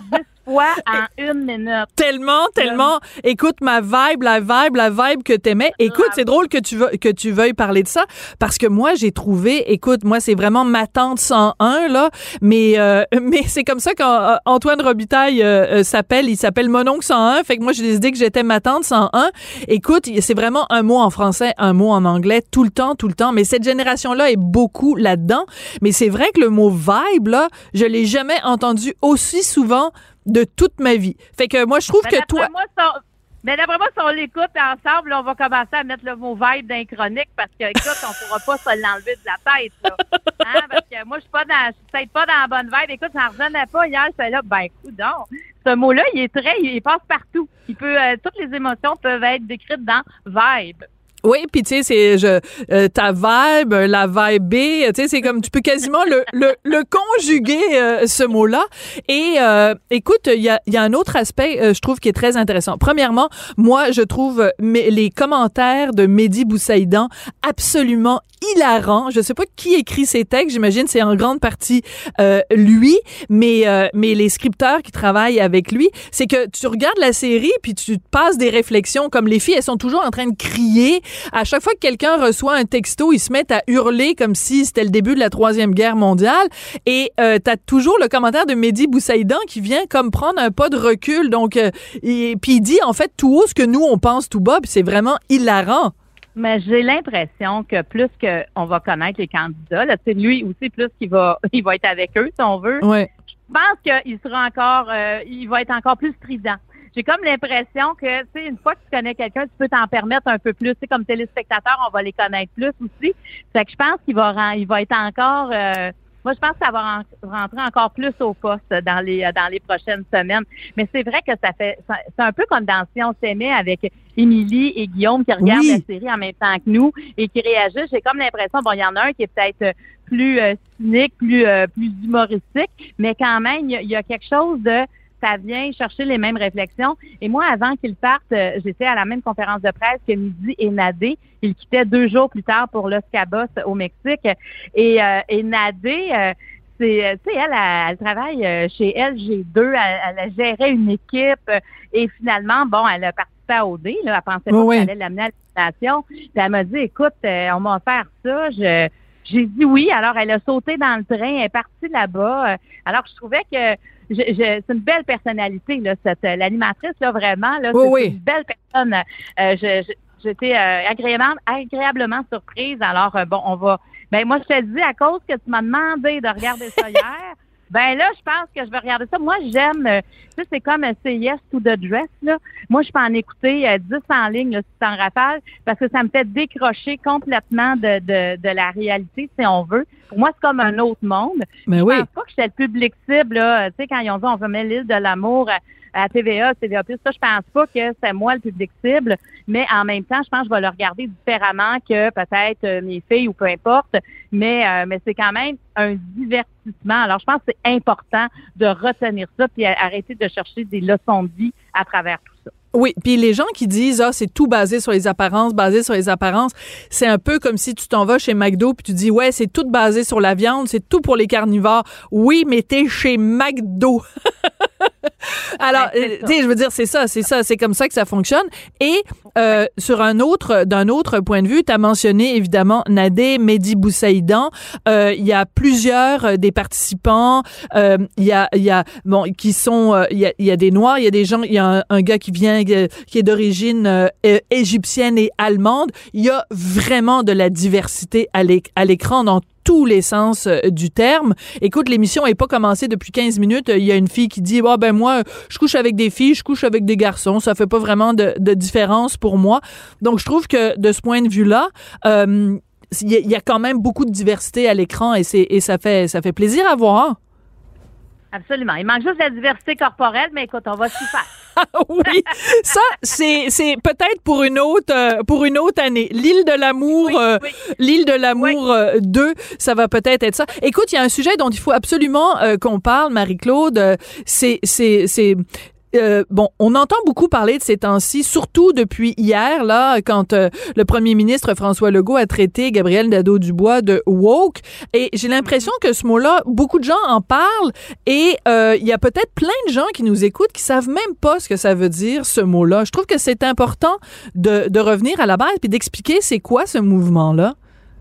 fois en une minute. Tellement, tellement. Écoute, ma vibe, la vibe, la vibe que t'aimais. Écoute, c'est drôle que tu veux, que tu veuilles parler de ça parce que moi, j'ai trouvé, écoute, moi, c'est vraiment ma tante cent un, là, mais, euh, mais c'est comme ça qu'Antoine Robitaille euh, euh, s'appelle. Il s'appelle mon oncle cent un. Fait que moi, j'ai décidé que j'étais ma tante cent un. Écoute, c'est vraiment un mot en français, un mot en anglais, tout le temps, tout le temps. Mais cette génération-là est beaucoup là-dedans. Mais c'est vrai que le mot vibe, là, je l'ai jamais entendu aussi souvent de toute ma vie. Fait que moi, je trouve mais que toi... Moi, ça, mais d'après moi, si on l'écoute ensemble, là, on va commencer à mettre le mot vibe dans les chroniques parce que, écoute, on pourra pas se l'enlever de la tête, là. Hein? Parce que moi, je suis pas dans, je suis peut-être pas dans la bonne vibe. Écoute, ça n'en revenait pas hier, c'est là. Ben, écoute donc. Ce mot-là, il est très, il passe partout. Il peut, euh, toutes les émotions peuvent être décrites dans vibe. Oui, puis tu sais, c'est je euh, ta vibe, la vibe B, tu sais, c'est comme tu peux quasiment le le, le conjuguer euh, ce mot-là. Et euh, écoute, il y a il y a un autre aspect, euh, je trouve qui est très intéressant. Premièrement, moi, je trouve euh, les commentaires de Mehdi Boussaïdan absolument hilarants. Je sais pas qui écrit ces textes, j'imagine c'est en grande partie euh, lui, mais euh, mais les scripteurs qui travaillent avec lui, c'est que tu regardes la série puis tu te passes des réflexions comme les filles, elles sont toujours en train de crier. À chaque fois que quelqu'un reçoit un texto, ils se mettent à hurler comme si c'était le début de la Troisième Guerre mondiale. Et euh, t'as toujours le commentaire de Mehdi Boussaïdan qui vient comme prendre un pas de recul. Donc, euh, et, puis il dit en fait tout haut ce que nous, on pense tout bas. Puis c'est vraiment hilarant. Mais j'ai l'impression que plus qu'on va connaître les candidats, là, c'est lui aussi plus qu'il va, il va être avec eux, si on veut. Ouais. Je pense qu'il sera encore, euh, il va être encore plus strident. J'ai comme l'impression que, tu sais, une fois que tu connais quelqu'un, tu peux t'en permettre un peu plus. Tu sais, comme téléspectateur, on va les connaître plus aussi. Fait que je pense qu'il va, il va être encore, euh, moi, je pense que ça va rentrer encore plus au poste dans les, dans les prochaines semaines. Mais c'est vrai que ça fait, c'est un peu comme dans Si on s'aimait avec Émilie et Guillaume qui regardent oui. la série en même temps que nous et qui réagissent. J'ai comme l'impression, bon, il y en a un qui est peut-être plus euh, cynique, plus, euh, plus humoristique, mais quand même, il y, y a quelque chose de, ça vient chercher les mêmes réflexions. Et moi, avant qu'ils partent, euh, j'étais à la même conférence de presse que Mehdi et Nadé. Ils quittaient deux jours plus tard pour Los Cabos au Mexique. Et, euh, et Nadé, euh, c'est, tu sais, elle, elle, elle travaille chez L G deux, elle, elle gérait une équipe et finalement, bon, elle a participé à O D, là, elle pensait pas oui. qu'elle allait l'amener à l'animation. Puis elle m'a dit, écoute, euh, on m'a offert ça, je... J'ai dit oui, alors elle a sauté dans le train, elle est partie là-bas. Alors je trouvais que je, je, c'est une belle personnalité, là, cette l'animatrice, là, vraiment, là, oui, c'est oui. une belle personne. Euh, je, je, j'étais euh, agréablement, agréablement surprise. Alors, euh, bon, on va. Ben moi, je te dis, à cause que tu m'as demandé de regarder ça hier, ben là, je pense que je vais regarder ça. Moi, j'aime, euh, tu sais, c'est comme euh, Say Yes to the Dress, là. Moi, je peux en écouter euh, dix en ligne, là, si c'est en rafale, parce que ça me fait décrocher complètement de, de, de la réalité, si on veut. Pour moi, c'est comme un autre monde. Mais je oui. pense pas que j'étais le public cible, là. Tu sais, quand ils ont dit on va mettre l'île de l'amour à, à T V A, T V A plus, ça, je pense pas que c'est moi le public cible, mais en même temps, je pense que je vais le regarder différemment que peut-être euh, mes filles ou peu importe, mais euh, mais c'est quand même un divertissement. Alors, je pense que c'est important de retenir ça puis arrêter de chercher des leçons de vie à travers tout ça. Oui, puis les gens qui disent ah c'est tout basé sur les apparences, basé sur les apparences, c'est un peu comme si tu t'en vas chez McDo puis tu dis ouais, c'est tout basé sur la viande, c'est tout pour les carnivores. Oui, mais t'es chez McDo. Alors, ben, tu sais, je veux dire, c'est ça, c'est ça, c'est comme ça que ça fonctionne. Et euh, sur un autre, d'un autre point de vue, tu as mentionné évidemment Nadé, Mehdi Boussaïdan. Il euh, y a plusieurs euh, des participants. Il euh, y a, il y a, bon, qui sont, il euh, y, y a des Noirs, il y a des gens, il y a un, un gars qui vient, euh, qui est d'origine euh, égyptienne et allemande. Il y a vraiment de la diversité à, l'éc- à l'écran dans tous les sens euh, du terme. Écoute, l'émission n'est pas commencée depuis quinze minutes. Il y a une fille qui dit, ah, ben moi, je couche avec des filles, je couche avec des garçons. Ça fait pas vraiment de, de différence pour moi. Donc, je trouve que de ce point de vue-là, euh, il y, y a quand même beaucoup de diversité à l'écran et, c'est, et ça fait, ça fait plaisir à voir. Absolument. Il manque juste la diversité corporelle, mais écoute, on va s'y faire. Oui, ça c'est c'est peut-être pour une autre euh, pour une autre année. L'île de l'amour, oui, euh, oui. l'île de l'amour oui. euh, deux, ça va peut-être être ça. Écoute, il y a un sujet dont il faut absolument euh, qu'on parle, Marie-Claude. C'est c'est c'est euh, bon, on entend beaucoup parler de ces temps-ci, surtout depuis hier, là, quand euh, le premier ministre François Legault a traité Gabriel Nadeau-Dubois de woke. Et j'ai l'impression que ce mot-là, beaucoup de gens en parlent et euh, il y a peut-être plein de gens qui nous écoutent qui savent même pas ce que ça veut dire, ce mot-là. Je trouve que c'est important de, de revenir à la base puis d'expliquer c'est quoi ce mouvement-là.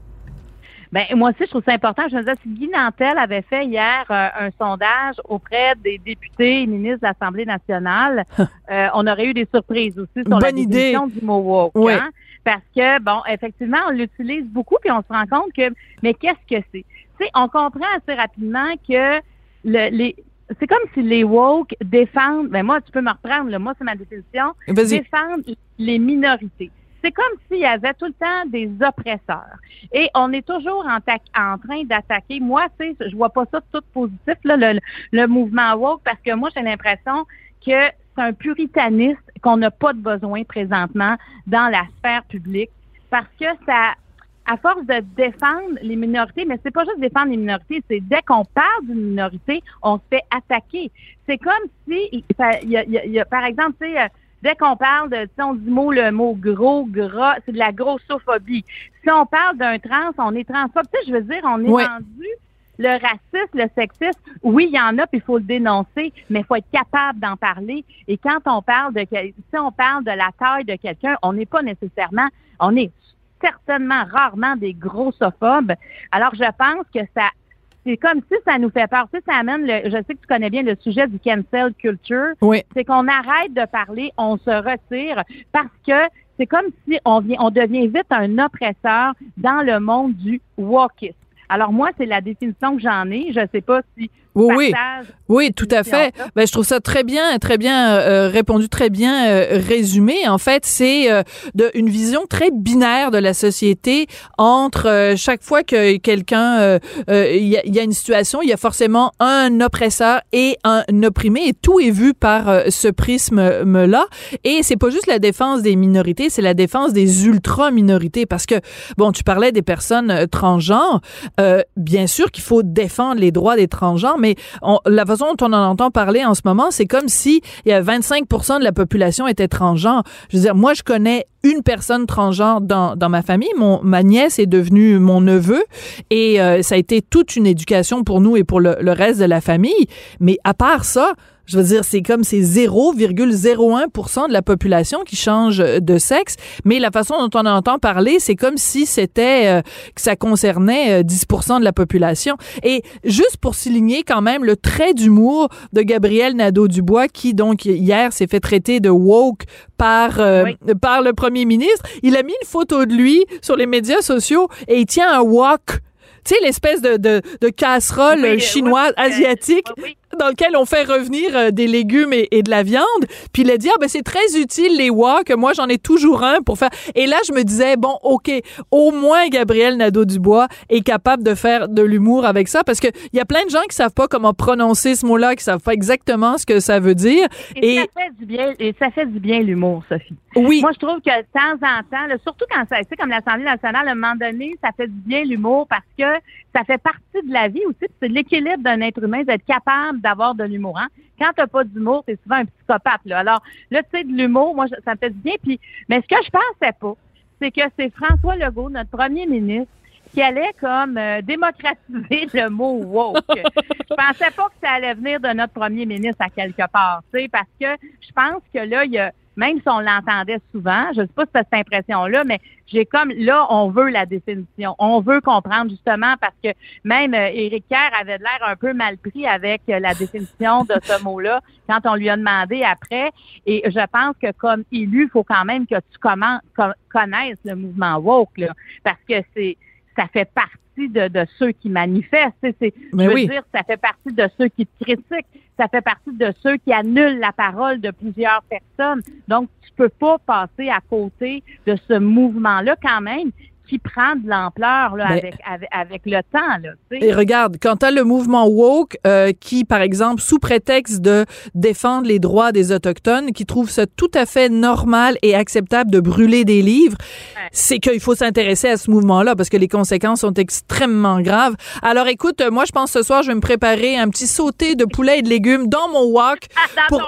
Ben moi aussi, je trouve ça important. Je me disais, si Guy Nantel avait fait hier euh, un sondage auprès des députés et ministres de l'Assemblée nationale, euh, on aurait eu des surprises aussi sur la définition du mot woke. Oui. Hein? Parce que, bon, effectivement, on l'utilise beaucoup puis on se rend compte que, mais qu'est-ce que c'est? Tu sais, on comprend assez rapidement que le, les... C'est comme si les woke défendent, ben moi, tu peux me reprendre, là, moi, c'est ma définition, Vas-y. défendent les minorités. C'est comme s'il y avait tout le temps des oppresseurs. Et on est toujours en, ta- en train d'attaquer. Moi, tu sais, je vois pas ça tout positif, là, le, le mouvement woke, parce que moi, j'ai l'impression que c'est un puritanisme qu'on n'a pas de besoin présentement dans la sphère publique, parce que ça, à force de défendre les minorités, mais c'est pas juste défendre les minorités, c'est dès qu'on parle d'une minorité, on se fait attaquer. C'est comme si, il y a, y a, y a, par exemple, tu sais, dès qu'on parle de, tu sais, on dit mot, le mot gros, gras, c'est de la grossophobie. Si on parle d'un trans, on est transphobe. Tu sais, je veux dire, on est ouais. rendu le racisme, le sexisme. Oui, il y en a, puis il faut le dénoncer, mais il faut être capable d'en parler. Et quand on parle de, si on parle de la taille de quelqu'un, on n'est pas nécessairement, on est certainement rarement des grossophobes. Alors, je pense que ça, c'est comme si ça nous fait peur. Tu sais, ça amène, le, je sais que tu connais bien le sujet du cancel culture. Oui. C'est qu'on arrête de parler, on se retire parce que c'est comme si on vient, on devient vite un oppresseur dans le monde du wokisme. Alors moi, c'est la définition que j'en ai. Je sais pas si Oui, oui, oui, tout à fait. Ben, je trouve ça très bien, très bien euh, répondu, très bien euh, résumé. En fait, c'est euh, de, une vision très binaire de la société entre euh, chaque fois que quelqu'un, il euh, euh, y, a, y a une situation, il y a forcément un oppresseur et un opprimé, et tout est vu par euh, ce prisme-là. Et c'est pas juste la défense des minorités, c'est la défense des ultra-minorités, parce que, bon, tu parlais des personnes euh, transgenres. Euh, bien sûr qu'il faut défendre les droits des transgenres, mais on, la façon dont on en entend parler en ce moment, c'est comme si il y a vingt-cinq pour cent de la population était transgenre. Je veux dire, moi, je connais une personne transgenre dans, dans ma famille. Mon, ma nièce est devenue mon neveu et euh, ça a été toute une éducation pour nous et pour le, le reste de la famille. Mais à part ça, je veux dire, c'est comme c'est zéro virgule zéro un pour cent de la population qui change de sexe, mais la façon dont on entend parler, c'est comme si c'était euh, que ça concernait euh, dix pour cent de la population. Et juste pour souligner quand même le trait d'humour de Gabriel Nadeau-Dubois, qui donc hier s'est fait traiter de woke par euh, oui. par le premier ministre, il a mis une photo de lui sur les médias sociaux et il tient un wok. Tu sais, l'espèce de, de, de casserole oui, chinoise, oui, asiatique, oui, oui. dans lequel on fait revenir euh, des légumes et, et de la viande. Puis il a dit, ah ben c'est très utile les wok, moi j'en ai toujours un pour faire. Et là, je me disais, bon, OK, au moins Gabriel Nadeau-Dubois est capable de faire de l'humour avec ça, parce que il y a plein de gens qui savent pas comment prononcer ce mot-là, qui savent pas exactement ce que ça veut dire. Et, et... ça fait du bien, et ça fait du bien l'humour, Sophie. Oui. Moi, je trouve que de temps en temps, là, surtout quand ça, tu sais, comme l'Assemblée nationale, à un moment donné, ça fait du bien l'humour parce que ça fait partie de la vie aussi. C'est l'équilibre d'un être humain d'être capable d'avoir de l'humour. Hein? Quand t'as pas d'humour, t'es souvent un psychopathe. Là. Alors là, tu sais, de l'humour, moi, ça me fait du bien. Puis, mais ce que je pensais pas, c'est que c'est François Legault, notre premier ministre, qui allait comme euh, démocratiser le mot woke. Je pensais pas que ça allait venir de notre premier ministre à quelque part, tu sais, parce que je pense que là, il y a, même si on l'entendait souvent, je sais pas si c'est cette impression-là, mais j'ai comme, là, on veut la définition. On veut comprendre, justement, parce que même euh, Éric Kerr avait l'air un peu mal pris avec euh, la définition de ce mot-là quand on lui a demandé après. Et je pense que comme élu, il faut quand même que tu commen- con- connaisses le mouvement woke, là, parce que c'est ça fait partie de, de ceux qui manifestent. C'est, c'est, je veux oui. dire, ça fait partie de ceux qui te critiquent. Ça fait partie de ceux qui annulent la parole de plusieurs personnes. Donc, tu peux pas passer à côté de ce mouvement-là quand même qui prend de l'ampleur là, ben, avec, avec, avec le temps. Là, tu sais. Et regarde, quand tu as le mouvement woke euh, qui, par exemple, sous prétexte de défendre les droits des Autochtones, qui trouve ça tout à fait normal et acceptable de brûler des livres, ouais. c'est qu'il faut s'intéresser à ce mouvement-là parce que les conséquences sont extrêmement graves. Alors écoute, moi je pense ce soir, je vais me préparer un petit sauté de poulet et de légumes dans mon wok dans pour... ton...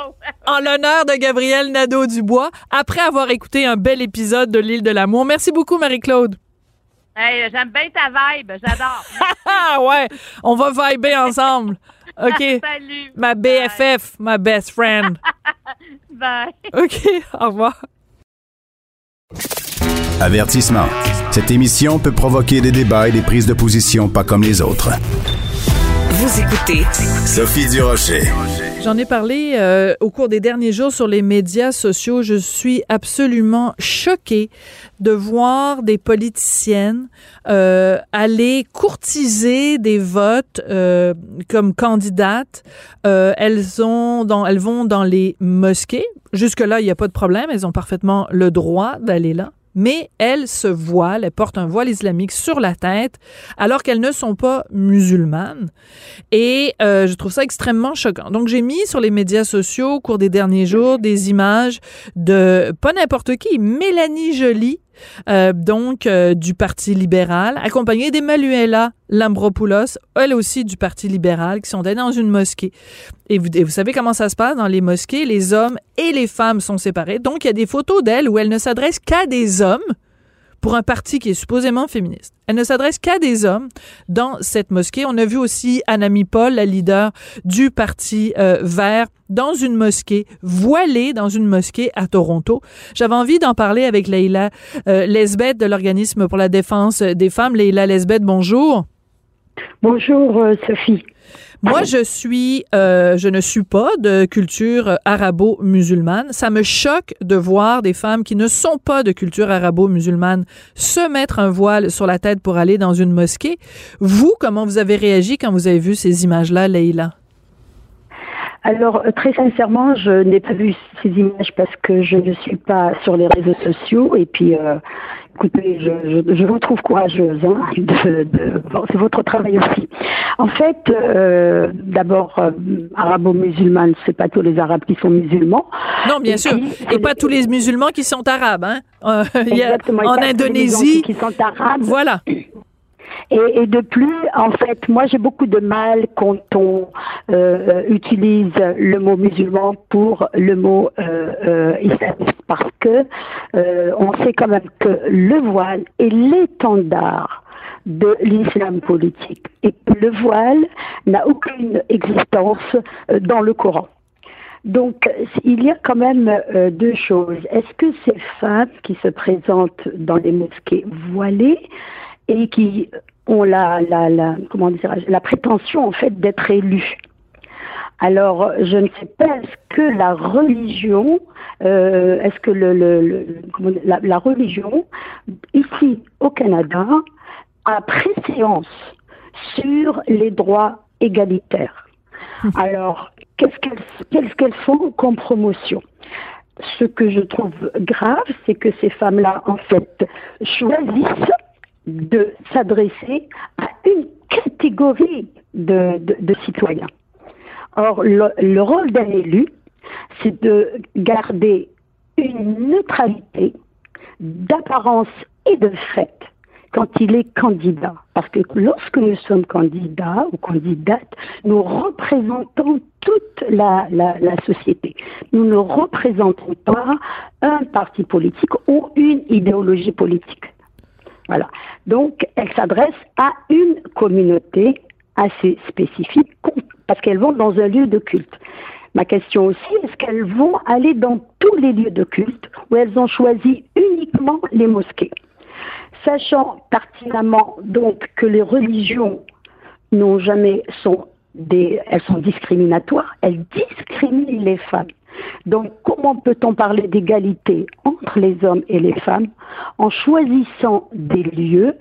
en l'honneur de Gabriel Nadeau-Dubois, après avoir écouté un bel épisode de l'Île de l'amour. Merci beaucoup, Marie-Claude. Hey, j'aime bien ta vibe, j'adore. Ah ouais, on va vibrer ensemble. OK. Salut. Ma B F F, ma best friend. Bye. OK, au revoir. Avertissement. Cette émission peut provoquer des débats et des prises de position pas comme les autres. Vous écoutez Sophie Durocher. J'en ai parlé euh, au cours des derniers jours sur les médias sociaux. Je suis absolument choquée de voir des politiciennes euh, aller courtiser des votes euh, comme candidates. Euh, elles ont, dans, elles vont dans les mosquées. Jusque-là, il n'y a pas de problème. Elles ont parfaitement le droit d'aller là. Mais elles se voilent, elles portent un voile islamique sur la tête alors qu'elles ne sont pas musulmanes. Et euh, je trouve ça extrêmement choquant. Donc, j'ai mis sur les médias sociaux au cours des derniers jours des images de, pas n'importe qui, Mélanie Joly, Euh, donc euh, du Parti libéral, accompagnée d'Emmanuela Lambropoulos, elle aussi du Parti libéral, qui sont allés dans une mosquée. Et vous, et vous savez comment ça se passe dans les mosquées? Les hommes et les femmes sont séparés. Donc, il y a des photos d'elle où elle ne s'adresse qu'à des hommes pour un parti qui est supposément féministe. Elle ne s'adresse qu'à des hommes dans cette mosquée. On a vu aussi Anami Paul, la leader du Parti euh, vert, dans une mosquée, voilée dans une mosquée à Toronto. J'avais envie d'en parler avec Leïla euh, Lesbeth de l'Organisme pour la défense des femmes. Leïla Lesbeth, bonjour. Bonjour, euh, Sophie. Moi, je suis, euh, je ne suis pas de culture arabo-musulmane. Ça me choque de voir des femmes qui ne sont pas de culture arabo-musulmane se mettre un voile sur la tête pour aller dans une mosquée. Vous, comment vous avez réagi quand vous avez vu ces images-là, Leïla? Alors, très sincèrement, je n'ai pas vu ces images parce que je ne suis pas sur les réseaux sociaux. Et puis, euh, écoutez, je, je, je vous trouve courageuse. Hein, de, de, bon, c'est votre travail aussi. En fait, euh, d'abord, euh, arabo-musulmane, c'est pas tous les Arabes qui sont musulmans. Non, bien et sûr. puis, et pas tous les musulmans qui sont arabes. Hein? Euh, il y a, exactement. en Indonésie, qui sont arabes. Voilà. Et, et de plus, en fait, moi j'ai beaucoup de mal quand on euh, utilise le mot musulman pour le mot euh, euh, islamiste, parce que euh, on sait quand même que le voile est l'étendard de l'islam politique et que le voile n'a aucune existence dans le Coran. Donc, il y a quand même euh, deux choses. Est-ce que ces femmes qui se présentent dans les mosquées voilées et qui ont la, la, la, comment dirais-je, la prétention, en fait, d'être élues. Alors, je ne sais pas, est-ce que la religion, euh, est-ce que le, le, le comment, la, la religion, ici, au Canada, a préséance sur les droits égalitaires. Alors, qu'est-ce qu'elles, qu'est-ce qu'elles font comme promotion? Ce que je trouve grave, c'est que ces femmes-là, en fait, choisissent de s'adresser à une catégorie de, de, de citoyens. Or, le, le rôle d'un élu, c'est de garder une neutralité d'apparence et de fait quand il est candidat. Parce que lorsque nous sommes candidats ou candidates, nous représentons toute la, la, la société. Nous ne représentons pas un parti politique ou une idéologie politique. Voilà. Donc, elle s'adresse à une communauté assez spécifique parce qu'elles vont dans un lieu de culte. Ma question aussi, est-ce qu'elles vont aller dans tous les lieux de culte ou elles ont choisi uniquement les mosquées? Sachant pertinemment donc que les religions n'ont jamais sont des, elles sont discriminatoires, elles discriminent les femmes. Donc, comment peut-on parler d'égalité entre les hommes et les femmes en choisissant des lieux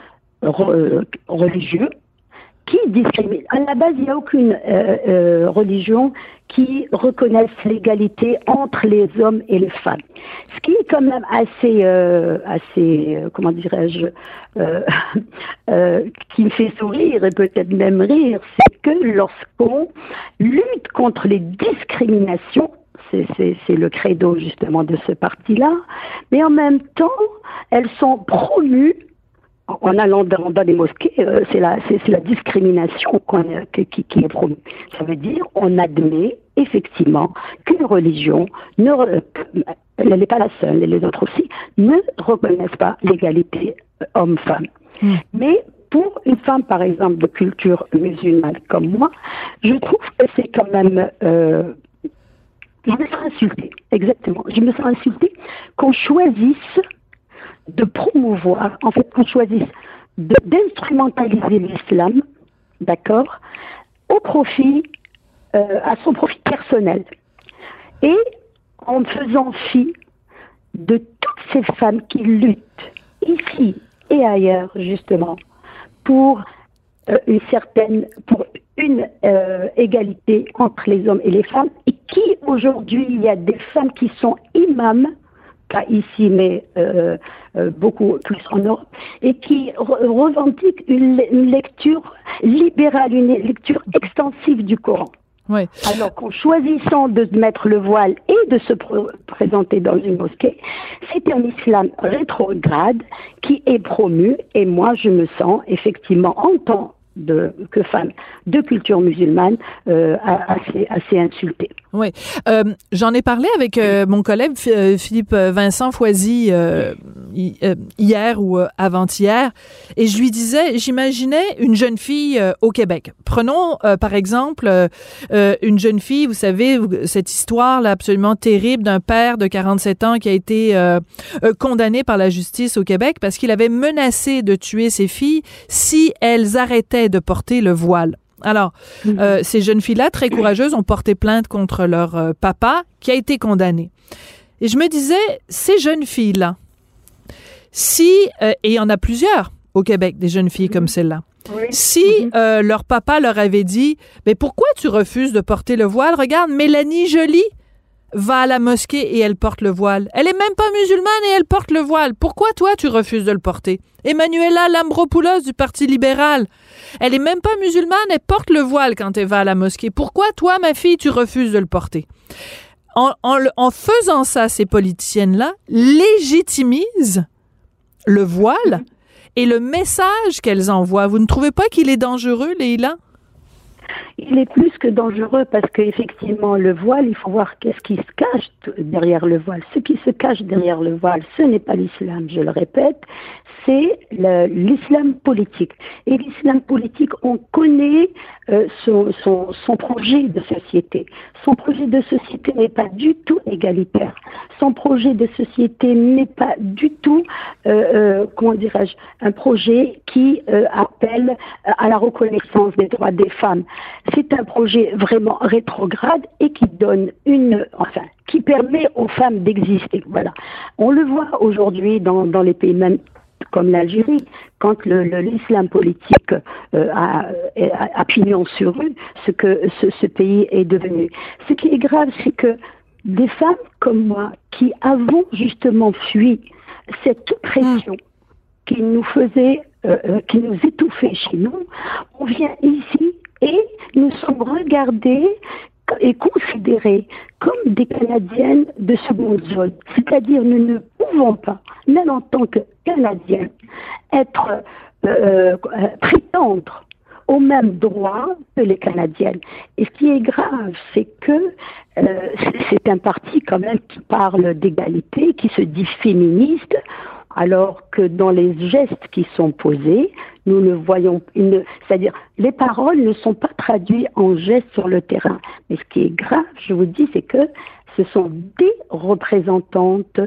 re, religieux qui discriminent? À la base, il n'y a aucune euh, euh, religion qui reconnaisse l'égalité entre les hommes et les femmes. Ce qui est quand même assez, euh, assez, euh, comment dirais-je, euh, euh, qui me fait sourire et peut-être même rire, c'est que lorsqu'on lutte contre les discriminations, c'est, c'est, c'est le credo justement de ce parti-là, mais en même temps, elles sont promues en allant dans, dans les mosquées, euh, c'est, la, c'est, c'est la discrimination qu'on, qui, qui est promue. Ça veut dire on admet effectivement qu'une religion, ne, elle n'est pas la seule, et les autres aussi, ne reconnaissent pas l'égalité homme-femme. Mmh. Mais pour une femme, par exemple, de culture musulmane comme moi, je trouve que c'est quand même... Euh, je me sens insultée, exactement. Je me sens insultée qu'on choisisse de promouvoir, en fait, qu'on choisisse de, d'instrumentaliser l'islam, d'accord, au profit, euh, à son profit personnel. Et en faisant fi de toutes ces femmes qui luttent, ici et ailleurs, justement, pour euh, une certaine, pour une euh, égalité entre les hommes et les femmes, et qui aujourd'hui, il y a des femmes qui sont imams, pas ici, mais euh, euh, beaucoup plus en Europe, et qui re- revendiquent une, une lecture libérale, une lecture extensive du Coran. Oui. Alors qu'en choisissant de mettre le voile et de se pr- présenter dans une mosquée, c'est un islam rétrograde qui est promu, et moi je me sens effectivement en tant de, que femme de culture musulmane euh, assez, assez insultée. Oui. Euh, j'en ai parlé avec euh, mon collègue euh, Philippe Vincent Foisy euh, hi, euh, hier ou euh, avant-hier, et je lui disais, j'imaginais une jeune fille euh, au Québec. Prenons euh, par exemple euh, une jeune fille, vous savez, cette histoire-là absolument terrible d'un père de quarante-sept ans qui a été euh, euh, condamné par la justice au Québec parce qu'il avait menacé de tuer ses filles si elles arrêtaient de porter le voile. Alors, euh, ces jeunes filles-là, très courageuses, ont porté plainte contre leur euh, papa qui a été condamné. Et je me disais, ces jeunes filles-là, si, euh, et il y en a plusieurs au Québec, des jeunes filles comme celle-là, oui. si euh, leur papa leur avait dit, mais pourquoi tu refuses de porter le voile? Regarde, Mélanie Joly va à la mosquée et elle porte le voile. Elle est même pas musulmane et elle porte le voile. Pourquoi toi, tu refuses de le porter? Emmanuela Lambropoulos du Parti libéral, elle est même pas musulmane, elle porte le voile quand elle va à la mosquée. Pourquoi toi, ma fille, tu refuses de le porter? En, en, en faisant ça, ces politiciennes-là légitimisent le voile et le message qu'elles envoient. Vous ne trouvez pas qu'il est dangereux, Leïla? Il est plus que dangereux parce qu'effectivement, le voile, il faut voir qu'est-ce qui se cache derrière le voile. Ce qui se cache derrière le voile, ce n'est pas l'islam, je le répète, c'est le, l'islam politique. Et l'islam politique, on connaît euh, son, son, son projet de société. Son projet de société n'est pas du tout égalitaire. Son projet de société n'est pas du tout, euh, euh, comment dirais-je, un projet qui euh, appelle à la reconnaissance des droits des femmes. C'est un projet vraiment rétrograde et qui donne une, enfin, qui permet aux femmes d'exister. Voilà. On le voit aujourd'hui dans, dans les pays même comme l'Algérie, quand le, le, l'islam politique euh, a, a, a pignon sur rue, ce que ce, ce pays est devenu. Ce qui est grave, c'est que des femmes comme moi, qui avons justement fui cette oppression mmh. qui nous faisait, euh, qui nous étouffait chez nous, on vient ici et nous sommes regardés et considérés comme des Canadiennes de seconde zone. C'est-à-dire, nous ne pouvons pas, même en tant que Canadiens, être, euh, prétendre au même droit que les Canadiennes. Et ce qui est grave, c'est que euh, c'est un parti quand même qui parle d'égalité, qui se dit féministe, alors que dans les gestes qui sont posés, nous ne voyons, une, c'est-à-dire les paroles ne sont pas traduites en gestes sur le terrain. Mais ce qui est grave, je vous dis, c'est que ce sont des représentantes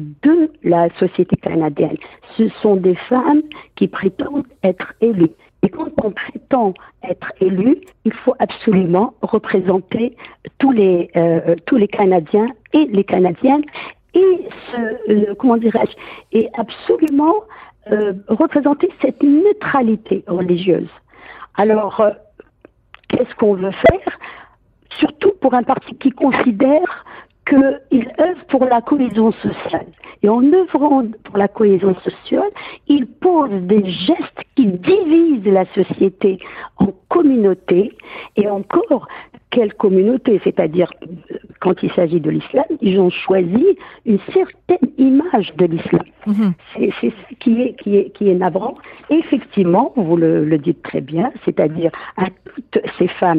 de la société canadienne. Ce sont des femmes qui prétendent être élues. Et quand on prétend être élu, il faut absolument représenter tous les, euh, tous les Canadiens et les Canadiennes et ce, euh, comment dirais-je, et absolument euh, représenter cette neutralité religieuse. Alors, euh, qu'est-ce qu'on veut faire? Surtout pour un parti qui considère qu'il œuvre pour la cohésion sociale. Et en œuvrant pour la cohésion sociale, il pose des gestes qui divisent la société en communautés. Et encore, quelle communauté? C'est-à-dire, quand il s'agit de l'islam, ils ont choisi une certaine image de l'islam. Mmh. C'est, c'est ce qui est, qui est, qui est navrant. Et effectivement, vous le, le dites très bien, c'est-à-dire à toutes ces femmes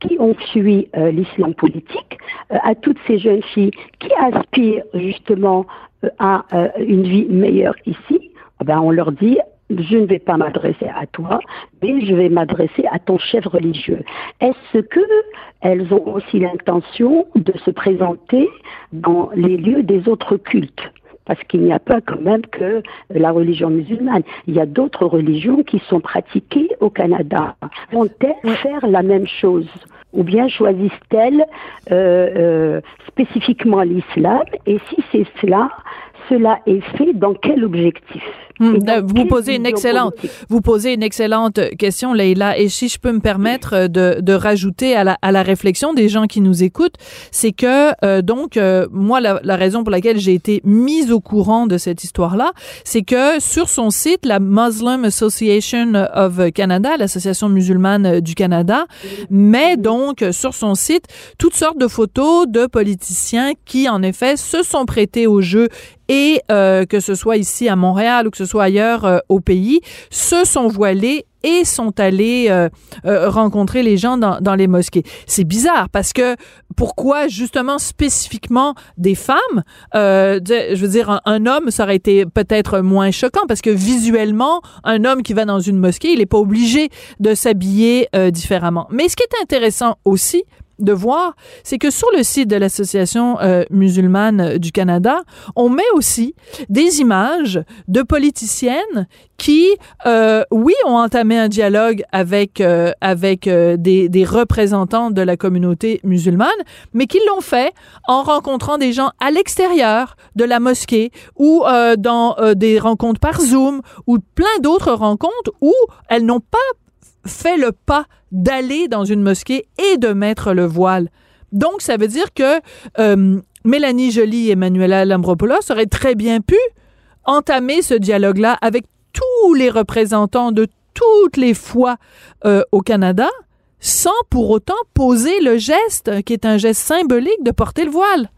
qui ont fui euh, l'islam politique, euh, à toutes ces jeunes filles qui aspirent justement euh, à euh, une vie meilleure ici, eh ben on leur dit je ne vais pas m'adresser à toi, mais je vais m'adresser à ton chef religieux. Est-ce que elles ont aussi l'intention de se présenter dans les lieux des autres cultes? Parce qu'il n'y a pas quand même que la religion musulmane. Il y a d'autres religions qui sont pratiquées au Canada. Vont-elles faire la même chose? Ou bien choisissent-elles euh, euh, spécifiquement l'islam? Et si c'est cela, cela est fait dans quel objectif? Hum, vous posez une excellente, vous posez une excellente question, Leïla. Et si je peux me permettre de, de rajouter à la, à la réflexion des gens qui nous écoutent, c'est que euh, donc euh, moi la, la raison pour laquelle j'ai été mise au courant de cette histoire-là, c'est que sur son site, la Muslim Association of Canada, l'association musulmane du Canada, met donc sur son site toutes sortes de photos de politiciens qui en effet se sont prêtés au jeu. Et euh, que ce soit ici à Montréal ou que ce soit ailleurs euh, au pays, se sont voilés et sont allés euh, euh, rencontrer les gens dans, dans les mosquées. C'est bizarre parce que pourquoi justement spécifiquement des femmes? Euh, je veux dire, un, un homme, ça aurait été peut-être moins choquant parce que visuellement, un homme qui va dans une mosquée, il n'est pas obligé de s'habiller euh, différemment. Mais ce qui est intéressant aussi, de voir, c'est que sur le site de l'Association euh, musulmane du Canada, on met aussi des images de politiciennes qui, euh, oui, ont entamé un dialogue avec euh, avec euh, des, des représentants de la communauté musulmane, mais qui l'ont fait en rencontrant des gens à l'extérieur de la mosquée ou euh, dans euh, des rencontres par Zoom ou plein d'autres rencontres où elles n'ont pas fait le pas d'aller dans une mosquée et de mettre le voile. Donc, ça veut dire que euh, Mélanie Joly et Manuela Lambropoulos auraient très bien pu entamer ce dialogue-là avec tous les représentants de toutes les foi euh, au Canada sans pour autant poser le geste, qui est un geste symbolique de porter le voile.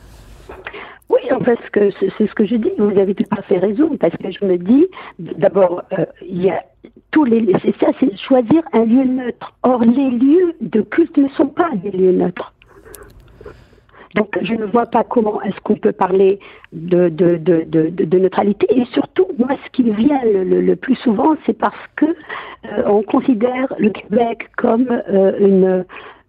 Oui, parce que c'est, c'est ce que je dis, vous avez tout à fait raison, parce que je me dis, d'abord, euh, il y a tous les, c'est ça, c'est choisir un lieu neutre. Or, les lieux de culte ne sont pas des lieux neutres. Donc, je ne vois pas comment est-ce qu'on peut parler de, de, de, de, de, de neutralité. Et surtout, moi, ce qui vient le, le, le plus souvent, c'est parce que euh, on considère le Québec comme euh, une,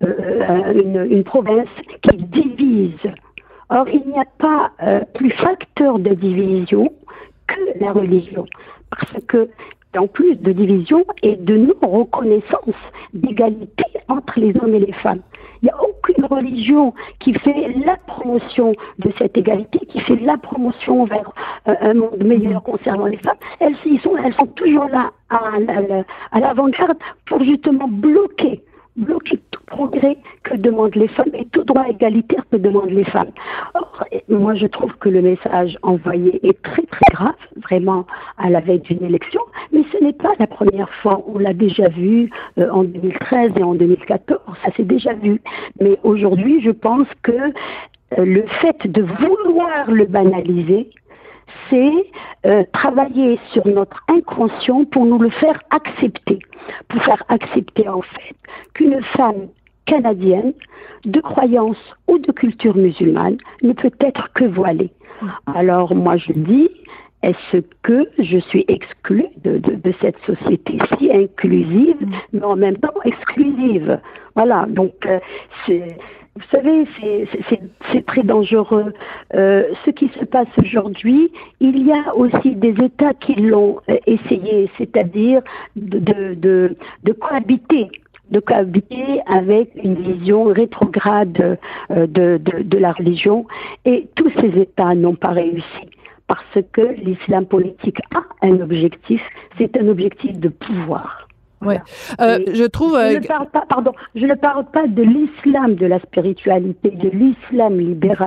euh, une, une province qui divise. Or, il n'y a pas euh, plus facteur de division que la religion. Parce que, en plus de division et de non-reconnaissance d'égalité entre les hommes et les femmes. Il n'y a aucune religion qui fait la promotion de cette égalité, qui fait la promotion vers euh, un monde meilleur concernant les femmes. Elles, ils sont, elles sont toujours là à, à, à l'avant-garde pour justement bloquer bloquer tout progrès que demandent les femmes et tout droit égalitaire que demandent les femmes. Or, moi, je trouve que le message envoyé est très, très grave, vraiment, à la veille d'une élection, mais ce n'est pas la première fois. On l'a déjà vu euh, en deux mille treize et en deux mille quatorze, ça s'est déjà vu. Mais aujourd'hui, je pense que euh, le fait de vouloir le banaliser, c'est euh, travailler sur notre inconscient pour nous le faire accepter, pour faire accepter en fait qu'une femme canadienne de croyance ou de culture musulmane ne peut être que voilée. Alors moi je dis, est-ce que je suis exclue de, de, de cette société si inclusive, mais en même temps exclusive? Voilà, donc euh, c'est... Vous savez, c'est, c'est, c'est très dangereux. Euh, ce qui se passe aujourd'hui, il y a aussi des États qui l'ont euh, essayé, c'est-à-dire de, de, de, de cohabiter, de cohabiter avec une vision rétrograde euh, de, de, de la religion. Et tous ces États n'ont pas réussi parce que l'islam politique a un objectif, c'est un objectif de pouvoir. Voilà. Ouais. Euh, je trouve. Je ne parle pas, pardon, je ne parle pas de l'islam de la spiritualité, de l'islam libéral.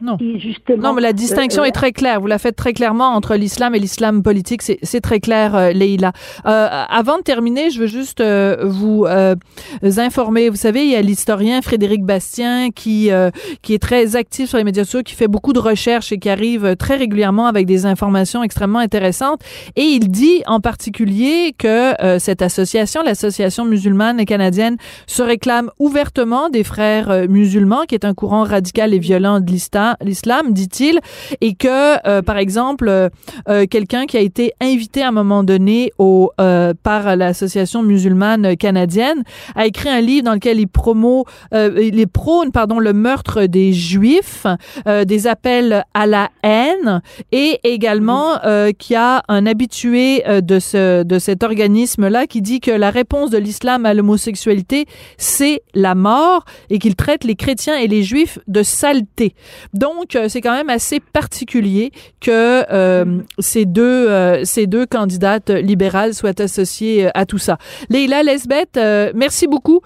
Non. qui justement... Non, mais la distinction euh, est très claire. Vous la faites très clairement entre l'islam et l'islam politique. C'est, c'est très clair, euh, Leïla. Euh, avant de terminer, je veux juste euh, vous euh, informer. Vous savez, il y a l'historien Frédéric Bastien qui euh, qui est très actif sur les médias sociaux, qui fait beaucoup de recherches et qui arrive très régulièrement avec des informations extrêmement intéressantes. Et il dit en particulier que euh, cette association, l'Association musulmane canadienne, se réclame ouvertement des frères euh, musulmans, qui est un courant radical et violent de l'islam, l'islam dit-il, et que, euh, par exemple, euh, euh, quelqu'un qui a été invité à un moment donné au, euh, par l'Association musulmane canadienne a écrit un livre dans lequel il promeut, euh, il prône, pardon, le meurtre des Juifs, euh, des appels à la haine, et également euh, qui a un habitué euh, de ce de cet organisme-là qui dit que la réponse de l'islam à l'homosexualité, c'est la mort, et qu'il traite les chrétiens et les juifs de saleté. Donc, euh, c'est quand même assez particulier que euh, ces deux euh, ces deux candidates libérales soient associées à tout ça. Leïla Lesbeth, euh, merci beaucoup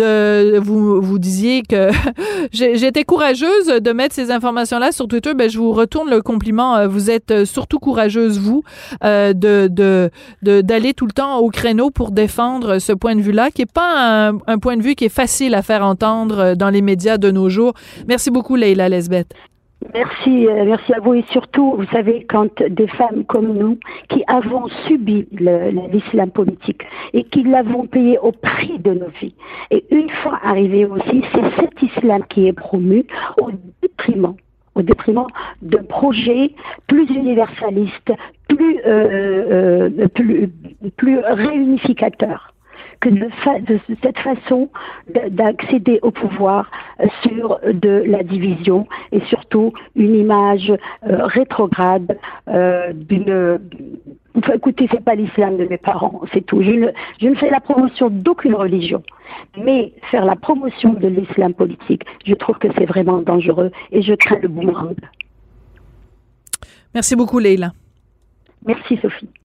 de vous vous disiez que j'étais courageuse de mettre ces informations-là sur Twitter. Ben, je vous retourne le compliment. Vous êtes surtout courageuse, vous, euh, de, de, de, d'aller tout le temps au créneau pour défendre ce point de vue-là, qui est pas un, un point de vue qui est facile à faire entendre dans les médias de nos jours. Merci beaucoup, Leïla Lesbeth. Merci, euh, merci à vous. Et surtout, vous savez, quand des femmes comme nous, qui avons subi le, l'islam politique et qui l'avons payé au prix de nos vies, et une fois arrivé aussi, c'est cet islam qui est promu au détriment au détriment de projets plus universalistes, plus, euh, euh, plus, plus réunificateurs, que de, fa- de cette façon d'accéder au pouvoir sur de la division et surtout une image euh, rétrograde euh, d'une... Enfin, écoutez, c'est pas l'islam de mes parents, c'est tout. Je ne, je ne fais la promotion d'aucune religion, mais faire la promotion de l'islam politique, je trouve que c'est vraiment dangereux et je crains le boomerang. Merci beaucoup, Leïla. Merci, Sophie.